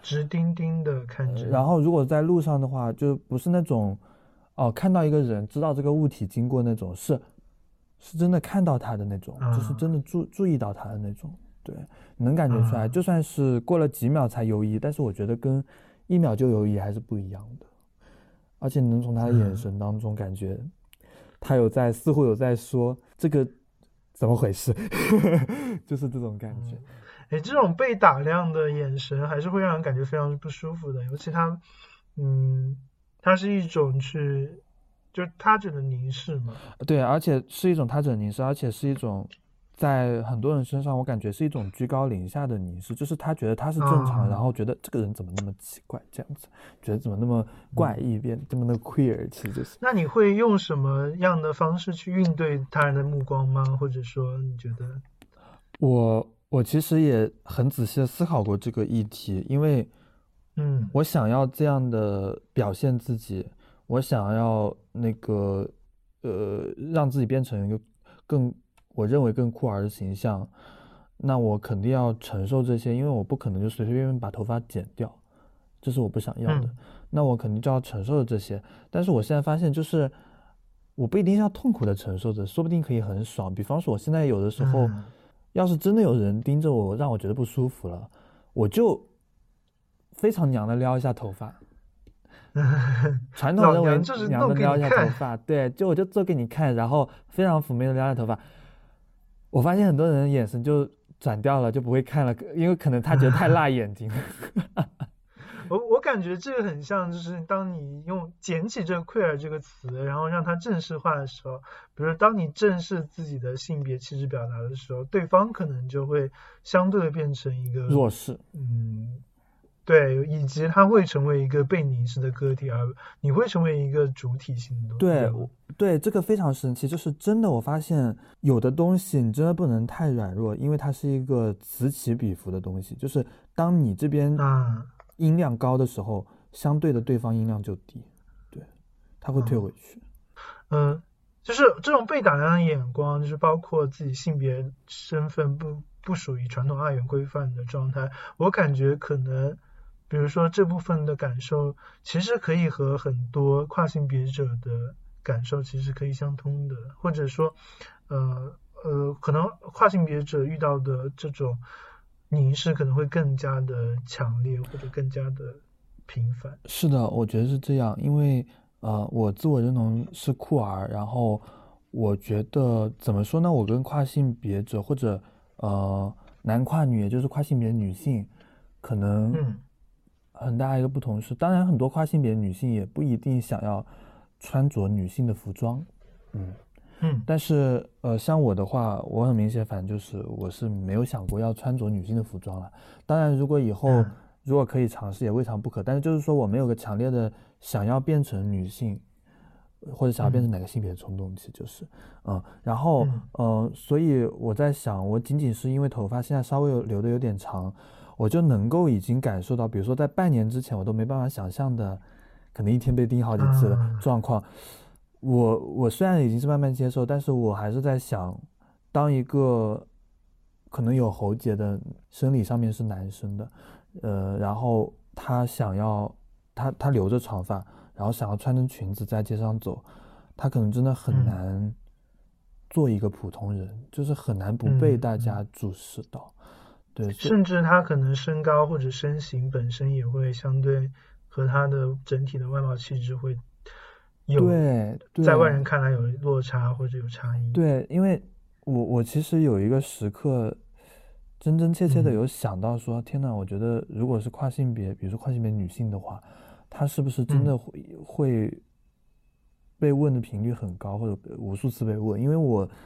直盯盯的看着。 然后如果在路上的话，就不是那种看到一个人知道这个物体经过那种，是真的看到他的那种，就是真的注意到他的那种。对，能感觉出来，就算是过了几秒才游移，但是我觉得跟1秒就游移还是不一样的。而且能从他的眼神当中感觉他似乎有在说这个怎么回事就是这种感觉。 这种被打量的眼神还是会让人感觉非常不舒服的，尤其它是一种就是他者的凝视嘛。 对，而且是一种他者凝视，而且是一种在很多人身上我感觉是一种居高临下的凝视，就是他觉得他是正常，然后觉得这个人怎么那么奇怪，这样子觉得怎么那么怪异，变这么的 queer， 其实就是。 那你会用什么样的方式去应对他人的目光吗？或者说你觉得？ 我其实也很仔细的思考过这个议题，因为我想要这样的表现自己，我想要那个让自己变成一个我认为更酷儿的形象，那我肯定要承受这些，因为我不可能就随随便便把头发剪掉，这是我不想要的。那我肯定就要承受这些，但是我现在发现就是我不一定要痛苦的承受着，说不定可以很爽。比方说我现在有的时候要是真的有人盯着我让我觉得不舒服了，我就非常娘的撩一下头发传统认为娘的撩一下头发，对，我就做给你看，然后非常妩媚的撩一下头发。我发现很多人眼神就转掉了，就不会看了，因为可能他觉得太辣眼睛我感觉这个很像，就是当你捡起这个 queer 这个词，然后让它正式化的时候，比如当你正视自己的性别气质表达的时候，对方可能就会相对的变成一个弱势。 对，以及他会成为一个被凝视的个体，而你会成为一个主体性的。 对，这个非常神奇，就是真的我发现有的东西你真的不能太软弱，因为它是一个此起彼伏的东西，就是当你这边音量高的时候，相对的对方音量就低，对，他会退回去。 就是这种被打量的眼光，就是包括自己性别身份不属于传统二元规范的状态，我感觉可能比如说这部分的感受其实可以和很多跨性别者的感受其实可以相通的，或者说可能跨性别者遇到的这种凝视可能会更加的强烈或者更加的频繁。是的， 我觉得是这样，因为我自我认同是酷儿，然后我觉得怎么说呢，我跟跨性别者或者男跨女，也就是跨性别女性，可能很大一个不同是，当然很多跨性别女性也不一定想要穿着女性的服装，但是像我的话，我很明显反正就是我是没有想过要穿着女性的服装了。当然如果以后如果可以尝试也未尝不可，但是就是说我没有个强烈的想要变成女性或者想要变成哪个性别的冲动，其实就是然后所以我在想，我仅仅是因为头发现在稍微留的有点长，我就能够已经感受到，比如说在半年之前我都没办法想象的可能一天被叮好几次的状况。我虽然已经是慢慢接受，但是我还是在想，当一个可能有喉结的生理上面是男生的然后他想要他留着长发，然后想要穿着裙子在街上走，他可能真的很难做一个普通人，就是很难不被大家注视到。对， 甚至他可能身高或者身形本身也会相对和他的整体的外貌气质会有在外人看来有落差或者有差异。 对，因为我其实有一个时刻真真切切的有想到说，天哪，我觉得如果是跨性别，比如说跨性别女性的话，她是不是真的会被问的频率很高，或者无数次被问？因为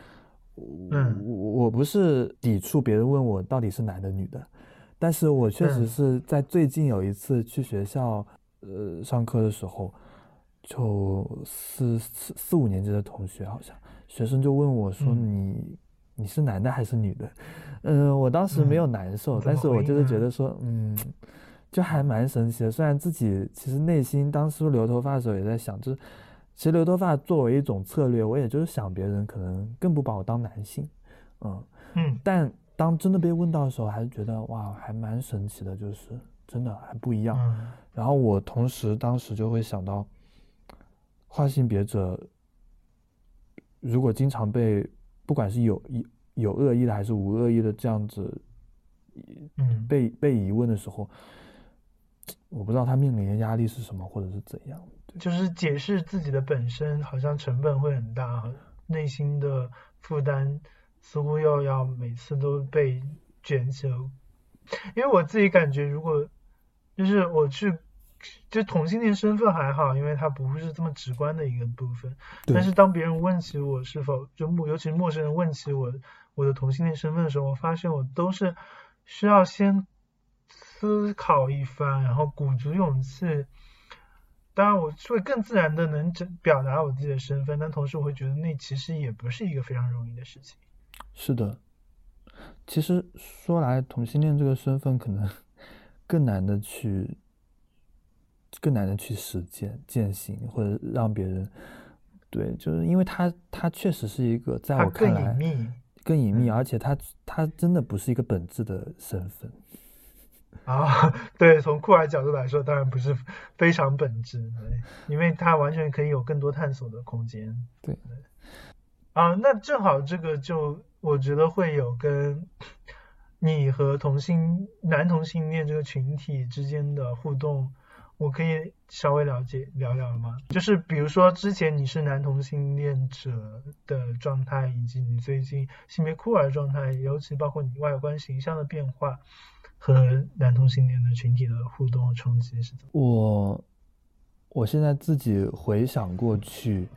我不是抵触别人问我到底是男的女的，但是我确实是在最近有一次去学校上课的时候，就4、5年级的同学，好像学生就问我说你是男的还是女的？我当时没有难受，但是我就是觉得说就还蛮神奇的。虽然自己其实内心当时留头发的时候也在想，就是其实留头发作为一种策略，我也就是想别人可能更不把我当男性，但当真的被问到的时候，还是觉得哇，还蛮神奇的，就是真的还不一样。然后我当时就会想到，跨性别者如果经常被不管是有恶意的还是无恶意的这样子被疑问的时候，我不知道他面临的压力是什么或者是怎样。 就是解释自己的本身好像成本会很大，内心的负担似乎又要每次都被卷起了。因为我自己感觉，如果就是我去就同性恋身份还好，因为它不是这么直观的一个部分。但是当别人问起我是否尤其是陌生人问起我的同性恋身份的时候，我发现我都是需要先思考一番，然后鼓足勇气。当然我会更自然的能表达我自己的身份，但同时我会觉得那其实也不是一个非常容易的事情。 是的，其实说来同性恋这个身份可能更难的去实践践行，或者让别人对，就是因为它确实是一个在我看来更隐秘，而且它真的不是一个本质的身份对，从酷儿角度来说当然不是非常本质，对，因为它完全可以有更多探索的空间。 对那正好这个就我觉得会有跟你和男同性恋这个群体之间的互动，我可以稍微聊聊吗？就是比如说之前你是男同性恋者的状态，以及你最近性别酷儿状态，尤其包括你外观形象的变化和男同性恋的群体的互动和冲击是怎么？ 我现在自己回想过去，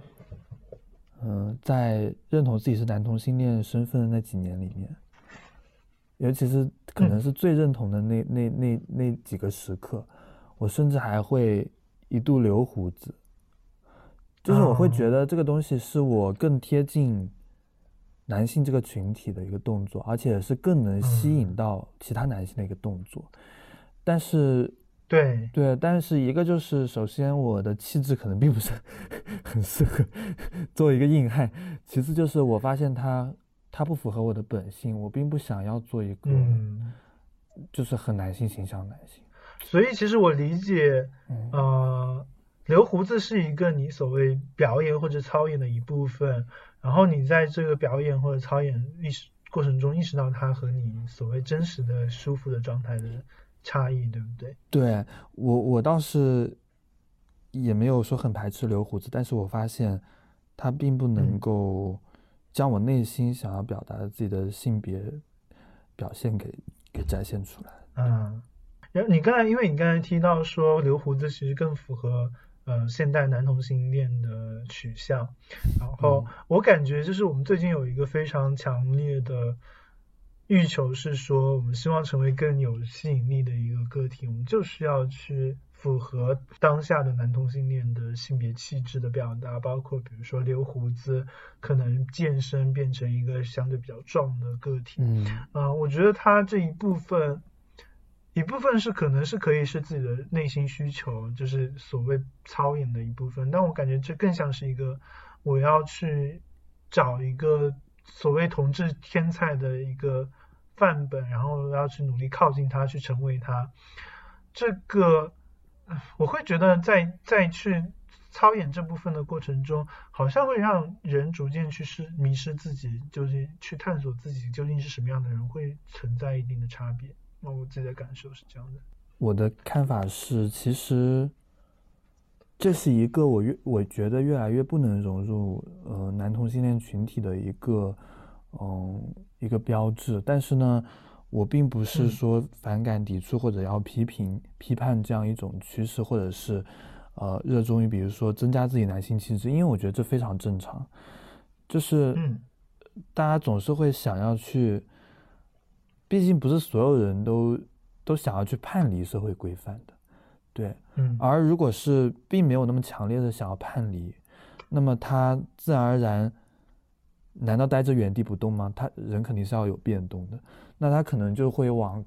在认同自己是男同性恋身份的那几年里面，尤其是可能是最认同的那几个时刻，我甚至还会一度留胡子，就是我会觉得这个东西是我更贴近男性这个群体的一个动作，而且是更能吸引到其他男性的一个动作。但是对，但是一个就是首先我的气质可能并不是很适合做一个硬汉，其次就是我发现它不符合我的本性，我并不想要做一个就是很男性形象的男性。 所以其实我理解留胡子是一个你所谓表演或者操演的一部分，然后你在这个表演或者操演过程中意识到它和你所谓真实的舒服的状态的差异，对不对？ 对，我倒是也没有说很排斥留胡子，但是我发现它并不能够将我内心想要表达的自己的性别表现给展现出来。 然后因为你刚才提到说留胡子其实更符合现代男同性恋的取向，然后我感觉就是我们最近有一个非常强烈的欲求是说，我们希望成为更有吸引力的一个个体，我们就是要去符合当下的男同性恋的性别气质的表达，包括比如说留胡子，可能健身变成一个相对比较壮的个体。我觉得他这一部分是可能是可以是自己的内心需求，就是所谓操演的一部分，但我感觉这更像是一个我要去找一个所谓同志天才的一个范本，然后要去努力靠近他，去成为他。这个我会觉得在去操演这部分的过程中，好像会让人逐渐去迷失自己，就是去探索自己究竟是什么样的人，会存在一定的差别。那我自己的感受是这样的。 我的看法是，其实这是一个我觉得越来越不能融入男同性恋群体的一个标志。但是呢，我并不是说反感、抵触或者要批判这样一种趋势，或者是热衷于比如说增加自己男性气质，因为我觉得这非常正常。就是大家总是会想要去，毕竟不是所有人都想要去叛离社会规范的，对，而如果是并没有那么强烈的想要叛离，那么他自然而然，难道待着原地不动吗？他人肯定是要有变动的，那他可能就会往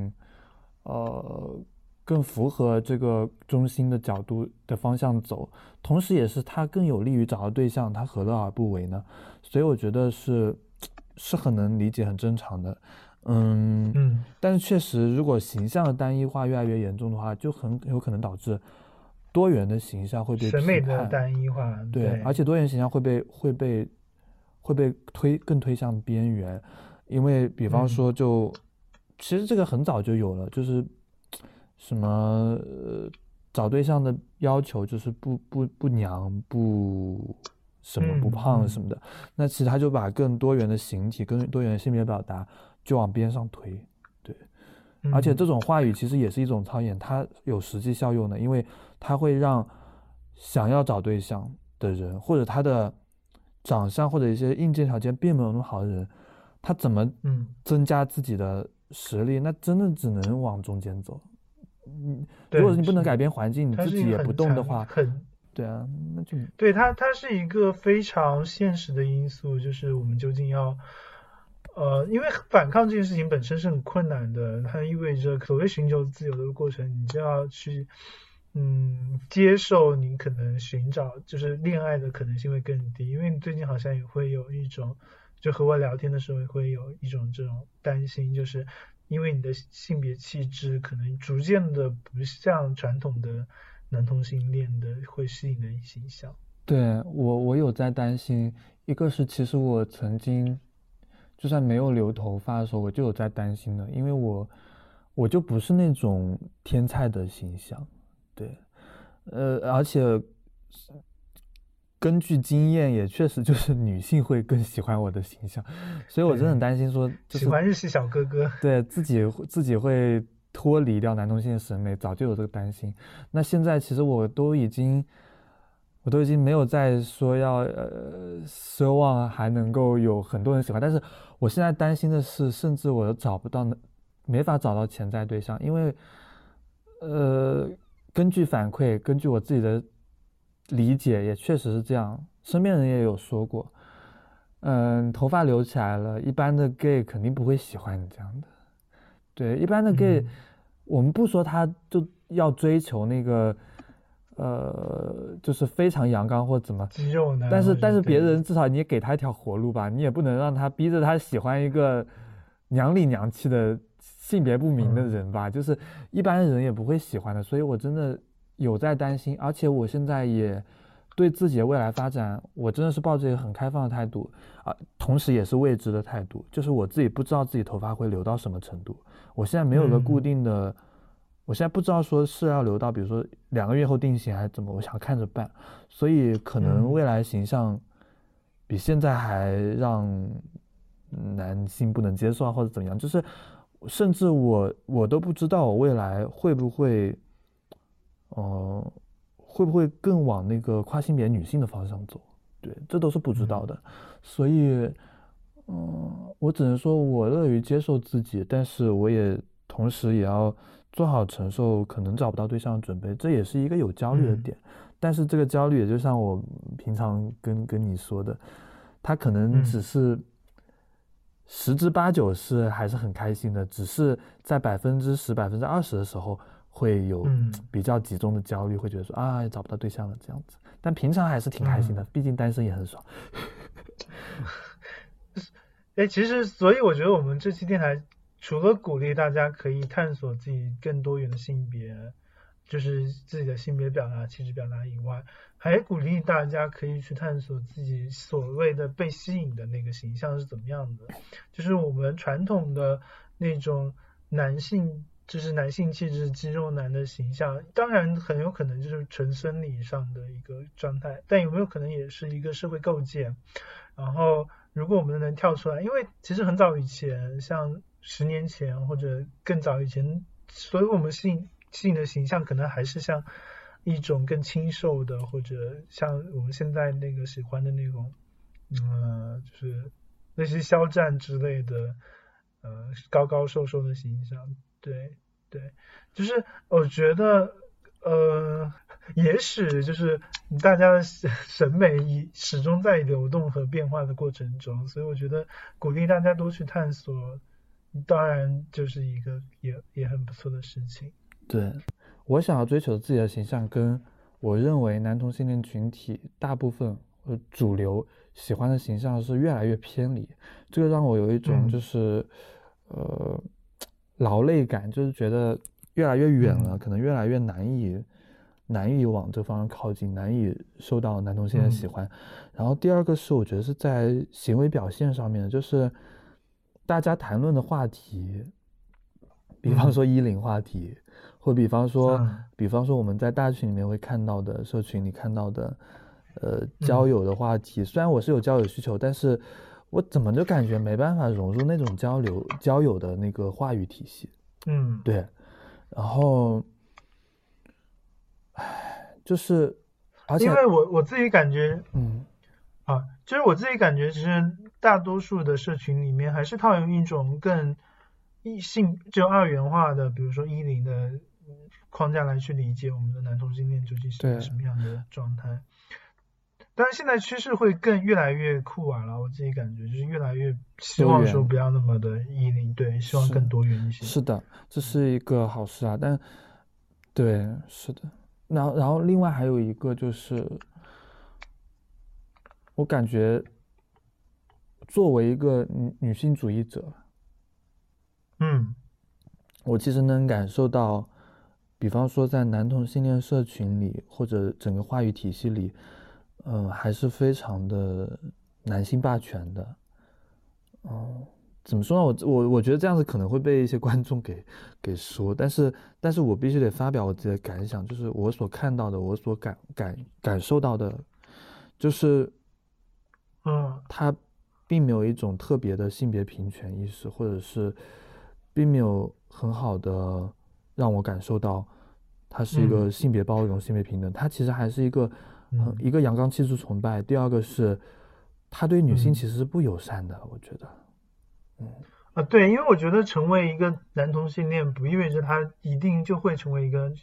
更符合这个中心的角度的方向走，同时也是他更有利于找到对象，他何乐而不为呢？所以我觉得是很能理解、很正常的。 但是确实，如果形象的单一化越来越严重的话，就很有可能导致多元的形象会被审美的单一化。 对，而且多元形象会被更推向边缘，因为比方说其实这个很早就有了，就是什么找对象的要求就是不娘不什么不胖什么的，那其实他就把更多元的形体、更多元的性别表达就往边上推，对，而且这种话语其实也是一种操演，它有实际效用的，因为它会让想要找对象的人，或者他的长相或者一些硬件条件并没有那么好的人，他怎么增加自己的实力？那真的只能往中间走。如果你不能改变环境，你自己也不动的话，对啊，那就对它是一个非常现实的因素，就是我们究竟要因为反抗这件事情本身是很困难的，它意味着所谓寻求自由的过程，你就要去接受你可能寻找就是恋爱的可能性会更低，因为你最近好像也会有一种，就和我聊天的时候也会有一种这种担心，就是因为你的性别气质可能逐渐的不像传统的男同性恋的会吸引的形象。 对，我有在担心，一个是其实我曾经就算没有留头发的时候我就有在担心的，因为我就不是那种天菜的形象，对，而且根据经验也确实就是女性会更喜欢我的形象，所以我真的很担心说就是喜欢日系小哥哥， 对，自己会脱离掉男同性的审美，早就有这个担心。那现在其实我都已经没有再说要奢望还能够有很多人喜欢，但是我现在担心的是，甚至我没法找到潜在对象，因为根据反馈，根据我自己的理解，也确实是这样，身边人也有说过，头发留起来了，一般的 gay 肯定不会喜欢你这样的。对，一般的 gay，我们不说他就要追求那个就是非常阳刚或怎么肌肉男， 但是别人至少你也给他一条活路吧，你也不能让他逼着他喜欢一个娘里娘气的性别不明的人吧，就是一般人也不会喜欢的，所以我真的有在担心，而且我现在也对自己的未来发展，我真的是抱着一个很开放的态度啊，同时也是未知的态度，就是我自己不知道自己头发会留到什么程度，我现在没有个固定的，我现在不知道说是要留到比如说2个月后定型还是怎么，我想看着办，所以可能未来形象比现在还让男性不能接受或者怎样，就是甚至我都不知道我未来会不会更往那个跨性别女性的方向走，对，这都是不知道的，所以我只能说我乐于接受自己，但是我也同时也要做好承受可能找不到对象的准备，这也是一个有焦虑的点，但是这个焦虑也就像我平常跟你说的，他可能只是10之8九是还是很开心的，只是在10%、20%的时候会有比较集中的焦虑，会觉得说啊找不到对象了这样子，但平常还是挺开心的，毕竟单身也很爽。 其实所以我觉得我们这期电台除了鼓励大家可以探索自己更多元的性别，就是自己的性别表达、气质表达以外，还鼓励大家可以去探索自己所谓的被吸引的那个形象是怎么样的，就是我们传统的那种男性，就是男性气质肌肉男的形象，当然很有可能就是纯生理上的一个状态，但有没有可能也是一个社会构建，然后如果我们能跳出来，因为其实很早以前，像10年前或者更早以前，所以我们性的形象可能还是像一种更清瘦的，或者像我们现在那个喜欢的那种就是类似肖战之类的高高瘦瘦的形象，对，就是我觉得也许就是大家的审美始终在流动和变化的过程中，所以我觉得鼓励大家多去探索，当然就是一个也很不错的事情。 对，我想要追求自己的形象，跟我认为男同性恋群体大部分主流喜欢的形象是越来越偏离，这个让我有一种就是劳累感，就是觉得越来越远了，可能越来越难以往这方向靠近，难以受到男同性恋喜欢。然后第二个是我觉得是在行为表现上面，就是大家谈论的话题，比方说10话题，或比方说我们在大群里面会看到的，社群里看到的交友的话题。虽然我是有交友需求，但是我怎么就感觉没办法融入那种交友的那个话语体系。对。然后就是而且因为我自己感觉就是我自己感觉其实大多数的社群里面还是套用一种更就二元化的，比如说10的框架来去理解我们的男同性恋究竟是一个什么样的状态。但是现在趋势会越来越酷啊了，我自己感觉就是越来越希望说不要那么的10，对，希望更多元一些。 是的，这是一个好事啊。但对，是的。然后另外还有一个就是我感觉作为一个女性主义者，我其实能感受到，比方说在男同性恋社群里或者整个话语体系里，还是非常的男性霸权的。怎么说呢？我觉得这样子可能会被一些观众给说，但是我必须得发表我自己的感想，就是我所看到的，我所感受到的，就是他并没有一种特别的性别平权意识，或者是并没有很好的让我感受到他是一个性别包容、性别平等。他其实还是一个阳刚气质崇拜。第二个是他对女性其实是不友善的，我觉得。 对，因为我觉得成为一个男同性恋不意味着他一定就会成为一个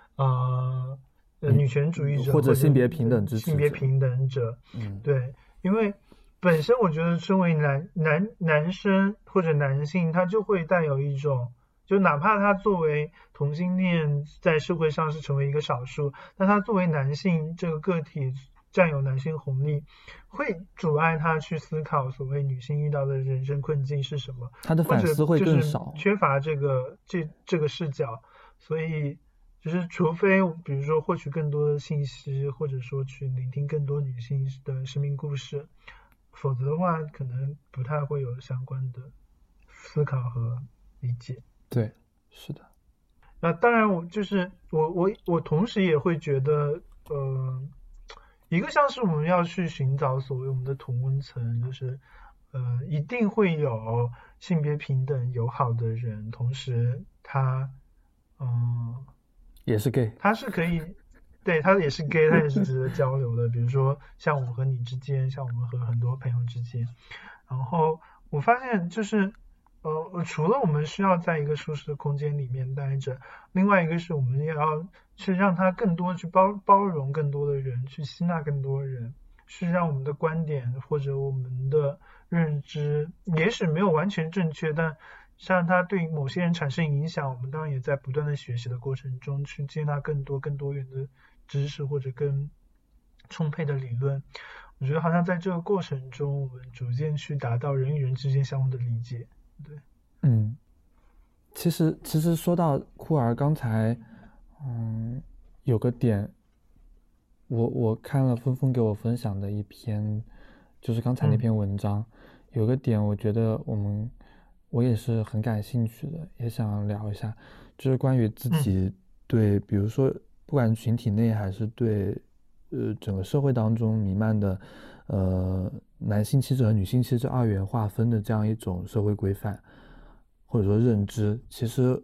女权主义者或者性别平等支持者。 性别平等者。对，因为本身我觉得身为男生或者男性，他就会带有一种，就哪怕他作为同性恋在社会上是成为一个少数，但他作为男性这个个体占有男性红利，会阻碍他去思考所谓女性遇到的人生困境是什么， 他的反思会更少， 缺乏这个视角。所以就是除非比如说获取更多的信息，或者说去聆听更多女性的生命故事，否则的话可能不太会有相关的思考和理解。 对，是的。 那当然我同时也会觉得一个像是我们要去寻找所谓我们的同温层，就是一定会有性别平等友好的人，同时他也是 gay， 他是可以，对，他也是 gay， 他也是值得交流的。比如说像我和你之间，像我们和很多朋友之间。然后我发现就是除了我们需要在一个舒适的空间里面待着，另外一个是我们也要去让他更多去包容更多的人，去吸纳更多人，去让我们的观点或者我们的认知也许没有完全正确，但让它对某些人产生影响，我们当然也在不断的学习的过程中去接纳更多元的知识或者更充沛的理论。我觉得好像在这个过程中，我们逐渐去达到人与人之间相互的理解。对， 其实说到酷儿，刚才有个点，我看了峰峰给我分享的一篇，就是刚才那篇文章，有个点我觉得我也是很感兴趣的，也想聊一下，就是关于自己对比如说不管群体内还是对整个社会当中弥漫的男性气质和女性气质二元划分的这样一种社会规范或者说认知。其实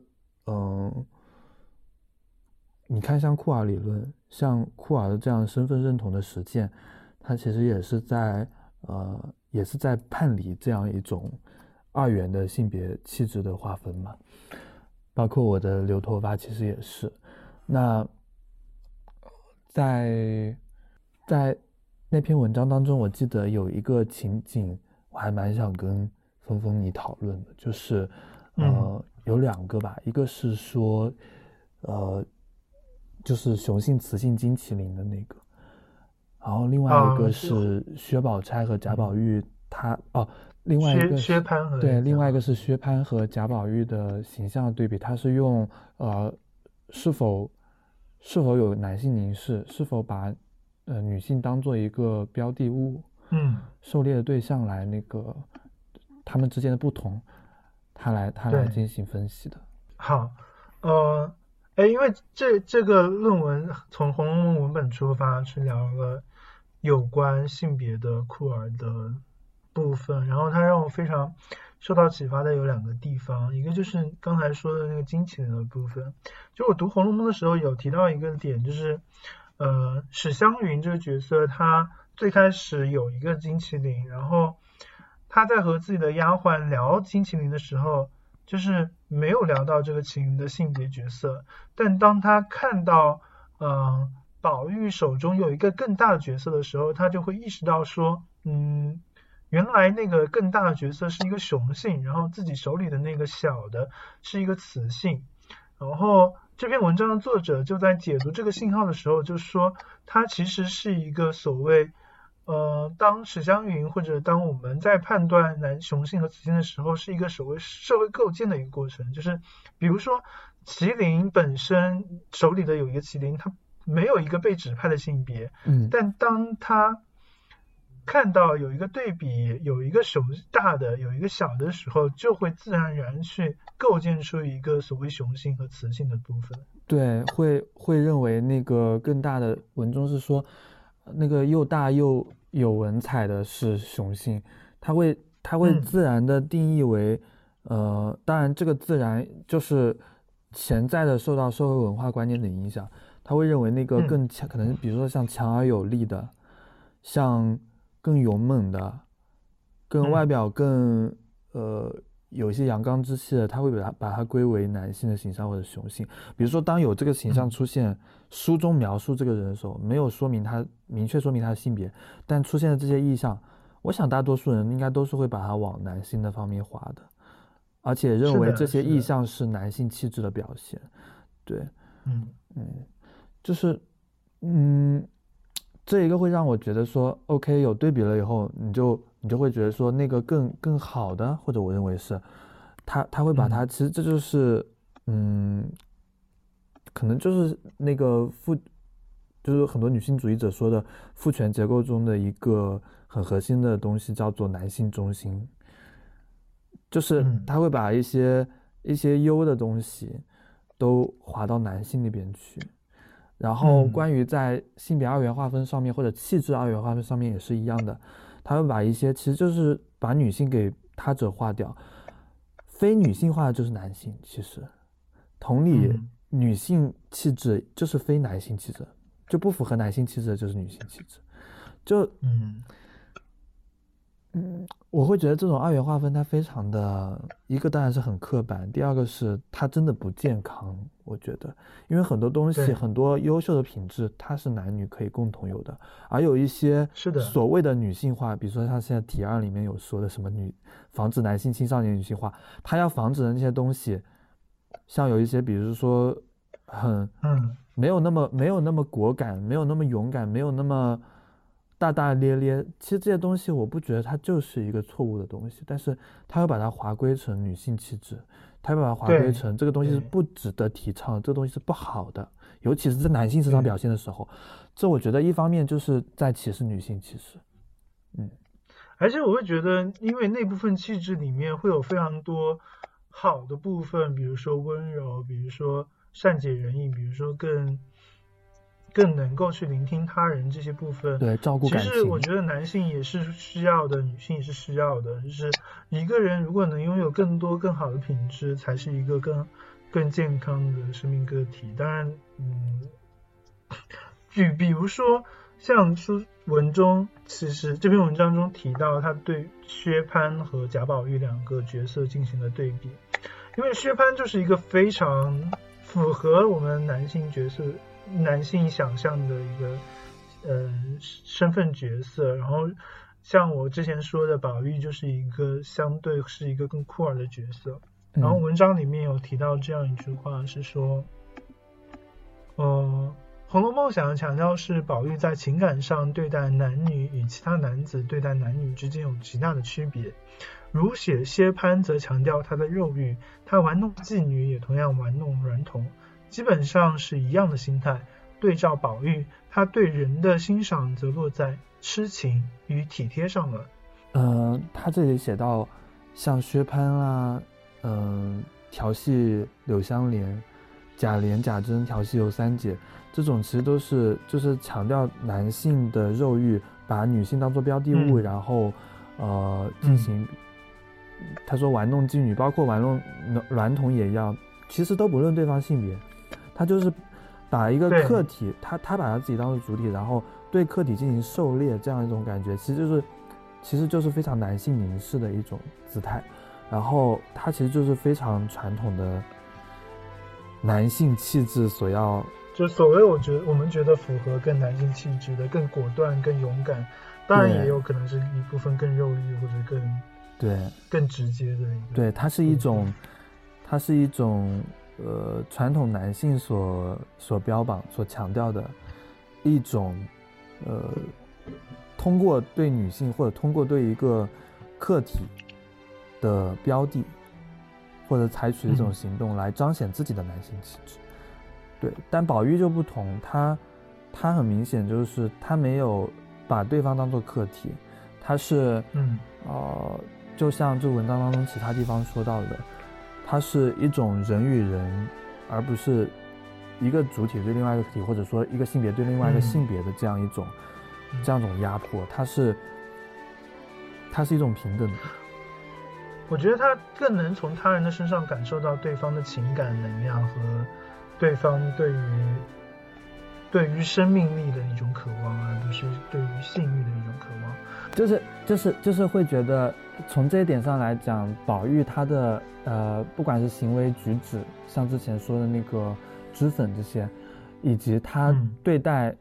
你看像酷儿理论，像酷儿的这样身份认同的实践，它其实也是在叛离这样一种二元的性别气质的划分嘛，包括我的留头发其实也是。那在那篇文章当中，我记得有一个情景我还蛮想跟峰峰你讨论的，就是有2个吧，一个是说就是雄性雌性金麒麟的那个，然后另外一个是薛宝钗和贾宝玉另外一个薛蟠和对，另外一个是薛蟠和贾宝玉的形象的对比，他是用是否有男性凝视，是否把女性当做一个标的物，狩猎的对象来那个他们之间的不同，他来进行分析的。 好，因为这个论文从《红楼梦》文本出发去聊了有关性别的酷儿的部分，然后它让我非常受到启发的有2个地方，一个就是刚才说的那个金麒麟的部分。就我读《红楼梦》的时候有提到一个点，就是史湘云这个角色，她最开始有一个金麒麟，然后她在和自己的丫鬟聊金麒麟的时候，就是没有聊到这个麒麟的性别角色，但当她看到宝玉手中有一个更大的角色的时候，她就会意识到说原来那个更大的角色是一个雄性，然后自己手里的那个小的是一个雌性。然后这篇文章的作者就在解读这个信号的时候就说，它其实是一个所谓当史湘云或者当我们在判断雄性和雌性的时候，是一个所谓社会构建的一个过程。就是比如说麒麟本身手里的有一个麒麟，它没有一个被指派的性别，但当它看到有一个对比，有一个大的有一个小的时候，就会自然而然去构建出一个所谓雄性和雌性的部分。 对，会认为那个更大的文中是说那个又大又有文采的是雄性，它会自然的定义为当然这个自然就是潜在的受到社会文化观念的影响，他会认为那个更强，可能比如说像强而有力的，像更勇猛的，更外表更有一些阳刚之气的，他会把它归为男性的形象或者雄性。比如说当有这个形象出现，书中描述这个人的时候，没有明确说明他的性别，但出现的这些意象，我想大多数人应该都是会把它往男性的方面划的，而且认为这些意象是男性气质的表现。对，就是这一个会让我觉得说 OK 有对比了以后，你就会觉得说那个更好的，或者我认为是他会把它其实这就是可能就是那个就是很多女性主义者说的父权结构中的一个很核心的东西，叫做男性中心，就是他会把一些优的东西都划到男性那边去。然后关于在性别二元划分上面或者气质二元划分上面也是一样的，他会把一些其实就是把女性给他者化掉，非女性化的就是男性，其实同理女性气质就是非男性气质，就不符合男性气质的就是女性气质，就我会觉得这种二元划分它非常的，一个当然是很刻板，第二个是它真的不健康，我觉得，因为很多东西很多优秀的品质它是男女可以共同有的，而有一些所谓的女性化，比如说像现在提案里面有说的什么防止男性青少年女性化，它要防止的那些东西，像有一些比如说没有那么果敢，没有那么勇敢，没有那么大大咧咧，其实这些东西我不觉得它就是一个错误的东西，但是它会把它划归成女性气质，它会把它划归成这个东西是不值得提倡，这个东西是不好的，尤其是在男性身上表现的时候，这我觉得一方面就是在歧视女性气质。 而且我会觉得因为那部分气质里面会有非常多好的部分，比如说温柔，比如说善解人意，比如说更能够去聆听他人这些部分， 对，照顾感情。 其实我觉得男性也是需要的，女性也是需要的，就是一个人如果能拥有更多更好的品质，才是一个更健康的生命个体。当然比如说像书文中，其实这篇文章中提到他对薛蟠和贾宝玉2个角色进行了对比，因为薛蟠就是一个非常符合我们男性想象的一个身份角色，然后像我之前说的宝玉就是一个相对是一个更酷儿的角色，然后文章里面有提到这样一句话是说《 红楼梦想要强调是宝玉在情感上对待男女与其他男子对待男女之间有极大的区别。如写薛蟠则强调他的肉欲，他玩弄妓女也同样玩弄娈童，基本上是一样的心态。对照宝玉，他对人的欣赏则落在痴情与体贴上了。 他这里写到像薛蟠啦，调戏柳湘莲、贾琏、贾珍调戏尤三姐，这种其实都是就是强调男性的肉欲，把女性当作标的物，然后进行。他说玩弄妓女，包括玩弄娈童也要，其实都不论对方性别，他就是把一个客体，他把他自己当作主体，然后对客体进行狩猎，这样一种感觉，其实就是非常男性凝视的一种姿态。然后他其实就是非常传统的男性气质所要， 就所谓我们觉得符合更男性气质的，更果断、更勇敢，当然也有可能是一部分更肉欲或者更直接的一个。 对，它是一种传统男性所标榜、所强调的一种通过对女性或者通过对一个客体的标的或者采取这种行动来彰显自己的男性气质。对，但宝玉就不同，他很明显就是他没有把对方当作客体，他是就像这文章当中其他地方说到的，它是一种人与人，而不是一个主体对另外一个体，或者说一个性别对另外一个性别的这样一种压迫，它是一种平等的。 我觉得他更能从他人的身上感受到对方的情感能量和对方对于生命力的一种渴望，而不是对于性欲的一种渴望。 就是会觉得从这一点上来讲，宝玉他的不管是行为举止，像之前说的那个脂粉这些，以及他对待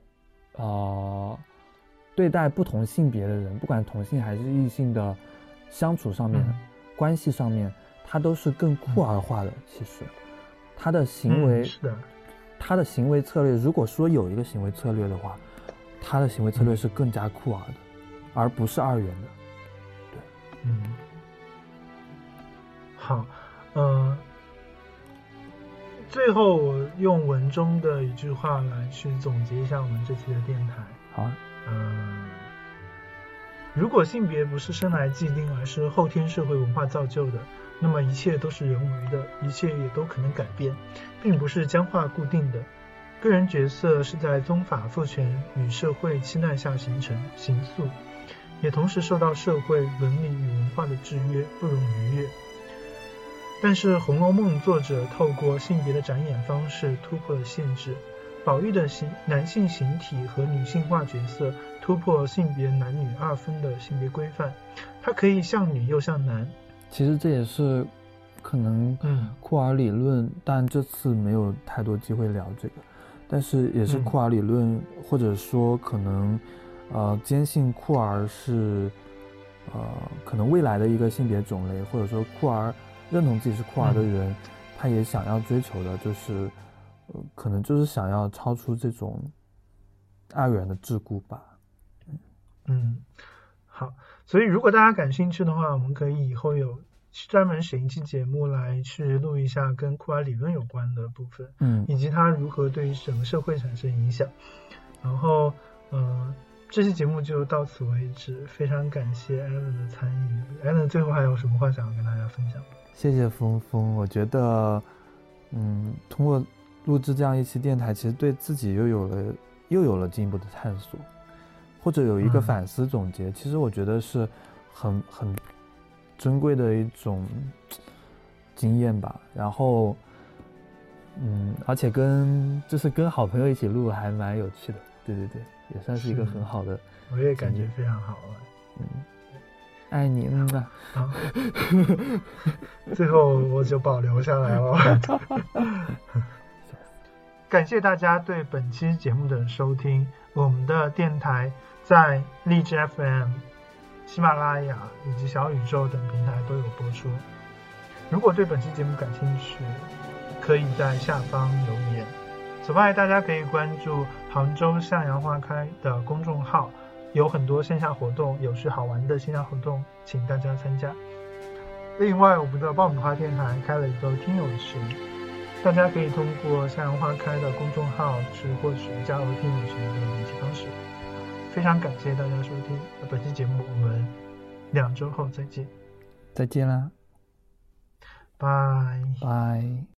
不同性别的人，不管同性还是异性的相处上面、关系上面，他都是更酷儿化的。其实他的行为是的，他的行为策略，如果说有一个行为策略的话，他的行为策略是更加酷儿的，而不是二元的。对， 好，最后我用文中的一句话来去总结一下我们这期的电台。 好， 如果性别不是生来既定，而是后天社会文化造就的，那么一切都是人为的，一切也都可能改变，并不是僵化固定的。个人角色是在宗法父权与社会期待下形成形塑，也同时受到社会伦理与文化的制约，不容逾越。但是《红楼梦》作者透过性别的展演方式突破了限制，宝玉的男性形体和女性化角色突破性别男女二分的性别规范，它可以像女又像男。 其实这也是可能库尔理论，但这次没有太多机会聊这个，但是也是库尔理论，或者说可能坚信库尔是可能未来的一个性别种类，或者说库尔认同自己是库尔的人，他也想要追求的就是可能就是想要超出这种二元的桎梏吧。 好，所以如果大家感兴趣的话，我们可以以后有专门选一期节目来去录一下跟库尔理论有关的部分，以及它如何对于整个社会产生影响。然后这期节目就到此为止，非常感谢 Alan 的参与。Alan 最后还有什么话想要跟大家分享吗？ 谢谢峰峰，我觉得通过录制这样一期电台，其实对自己又有了进一步的探索，或者有一个反思总结，其实我觉得是很珍贵的一种经验吧。然后而且跟好朋友一起录还蛮有趣的，对，也算是一个很好的， 我也感觉非常好了。 爱你好，最后我就保留下来了。感谢大家对本期节目的收听，我们的电台在荔枝 FM、喜马拉雅以及小宇宙等平台都有播出。如果对本期节目感兴趣，可以在下方留言。 此外，大家可以关注杭州向阳花开的公众号，有很多线下活动，有趣好玩的线下活动，请大家参加。另外，我们的爆米花电台开了一个听友群，大家可以通过向阳花开的公众号去获取加入听友群的联系方式。非常感谢大家收听本期节目，我们2周后再见。 再见啦， 拜拜。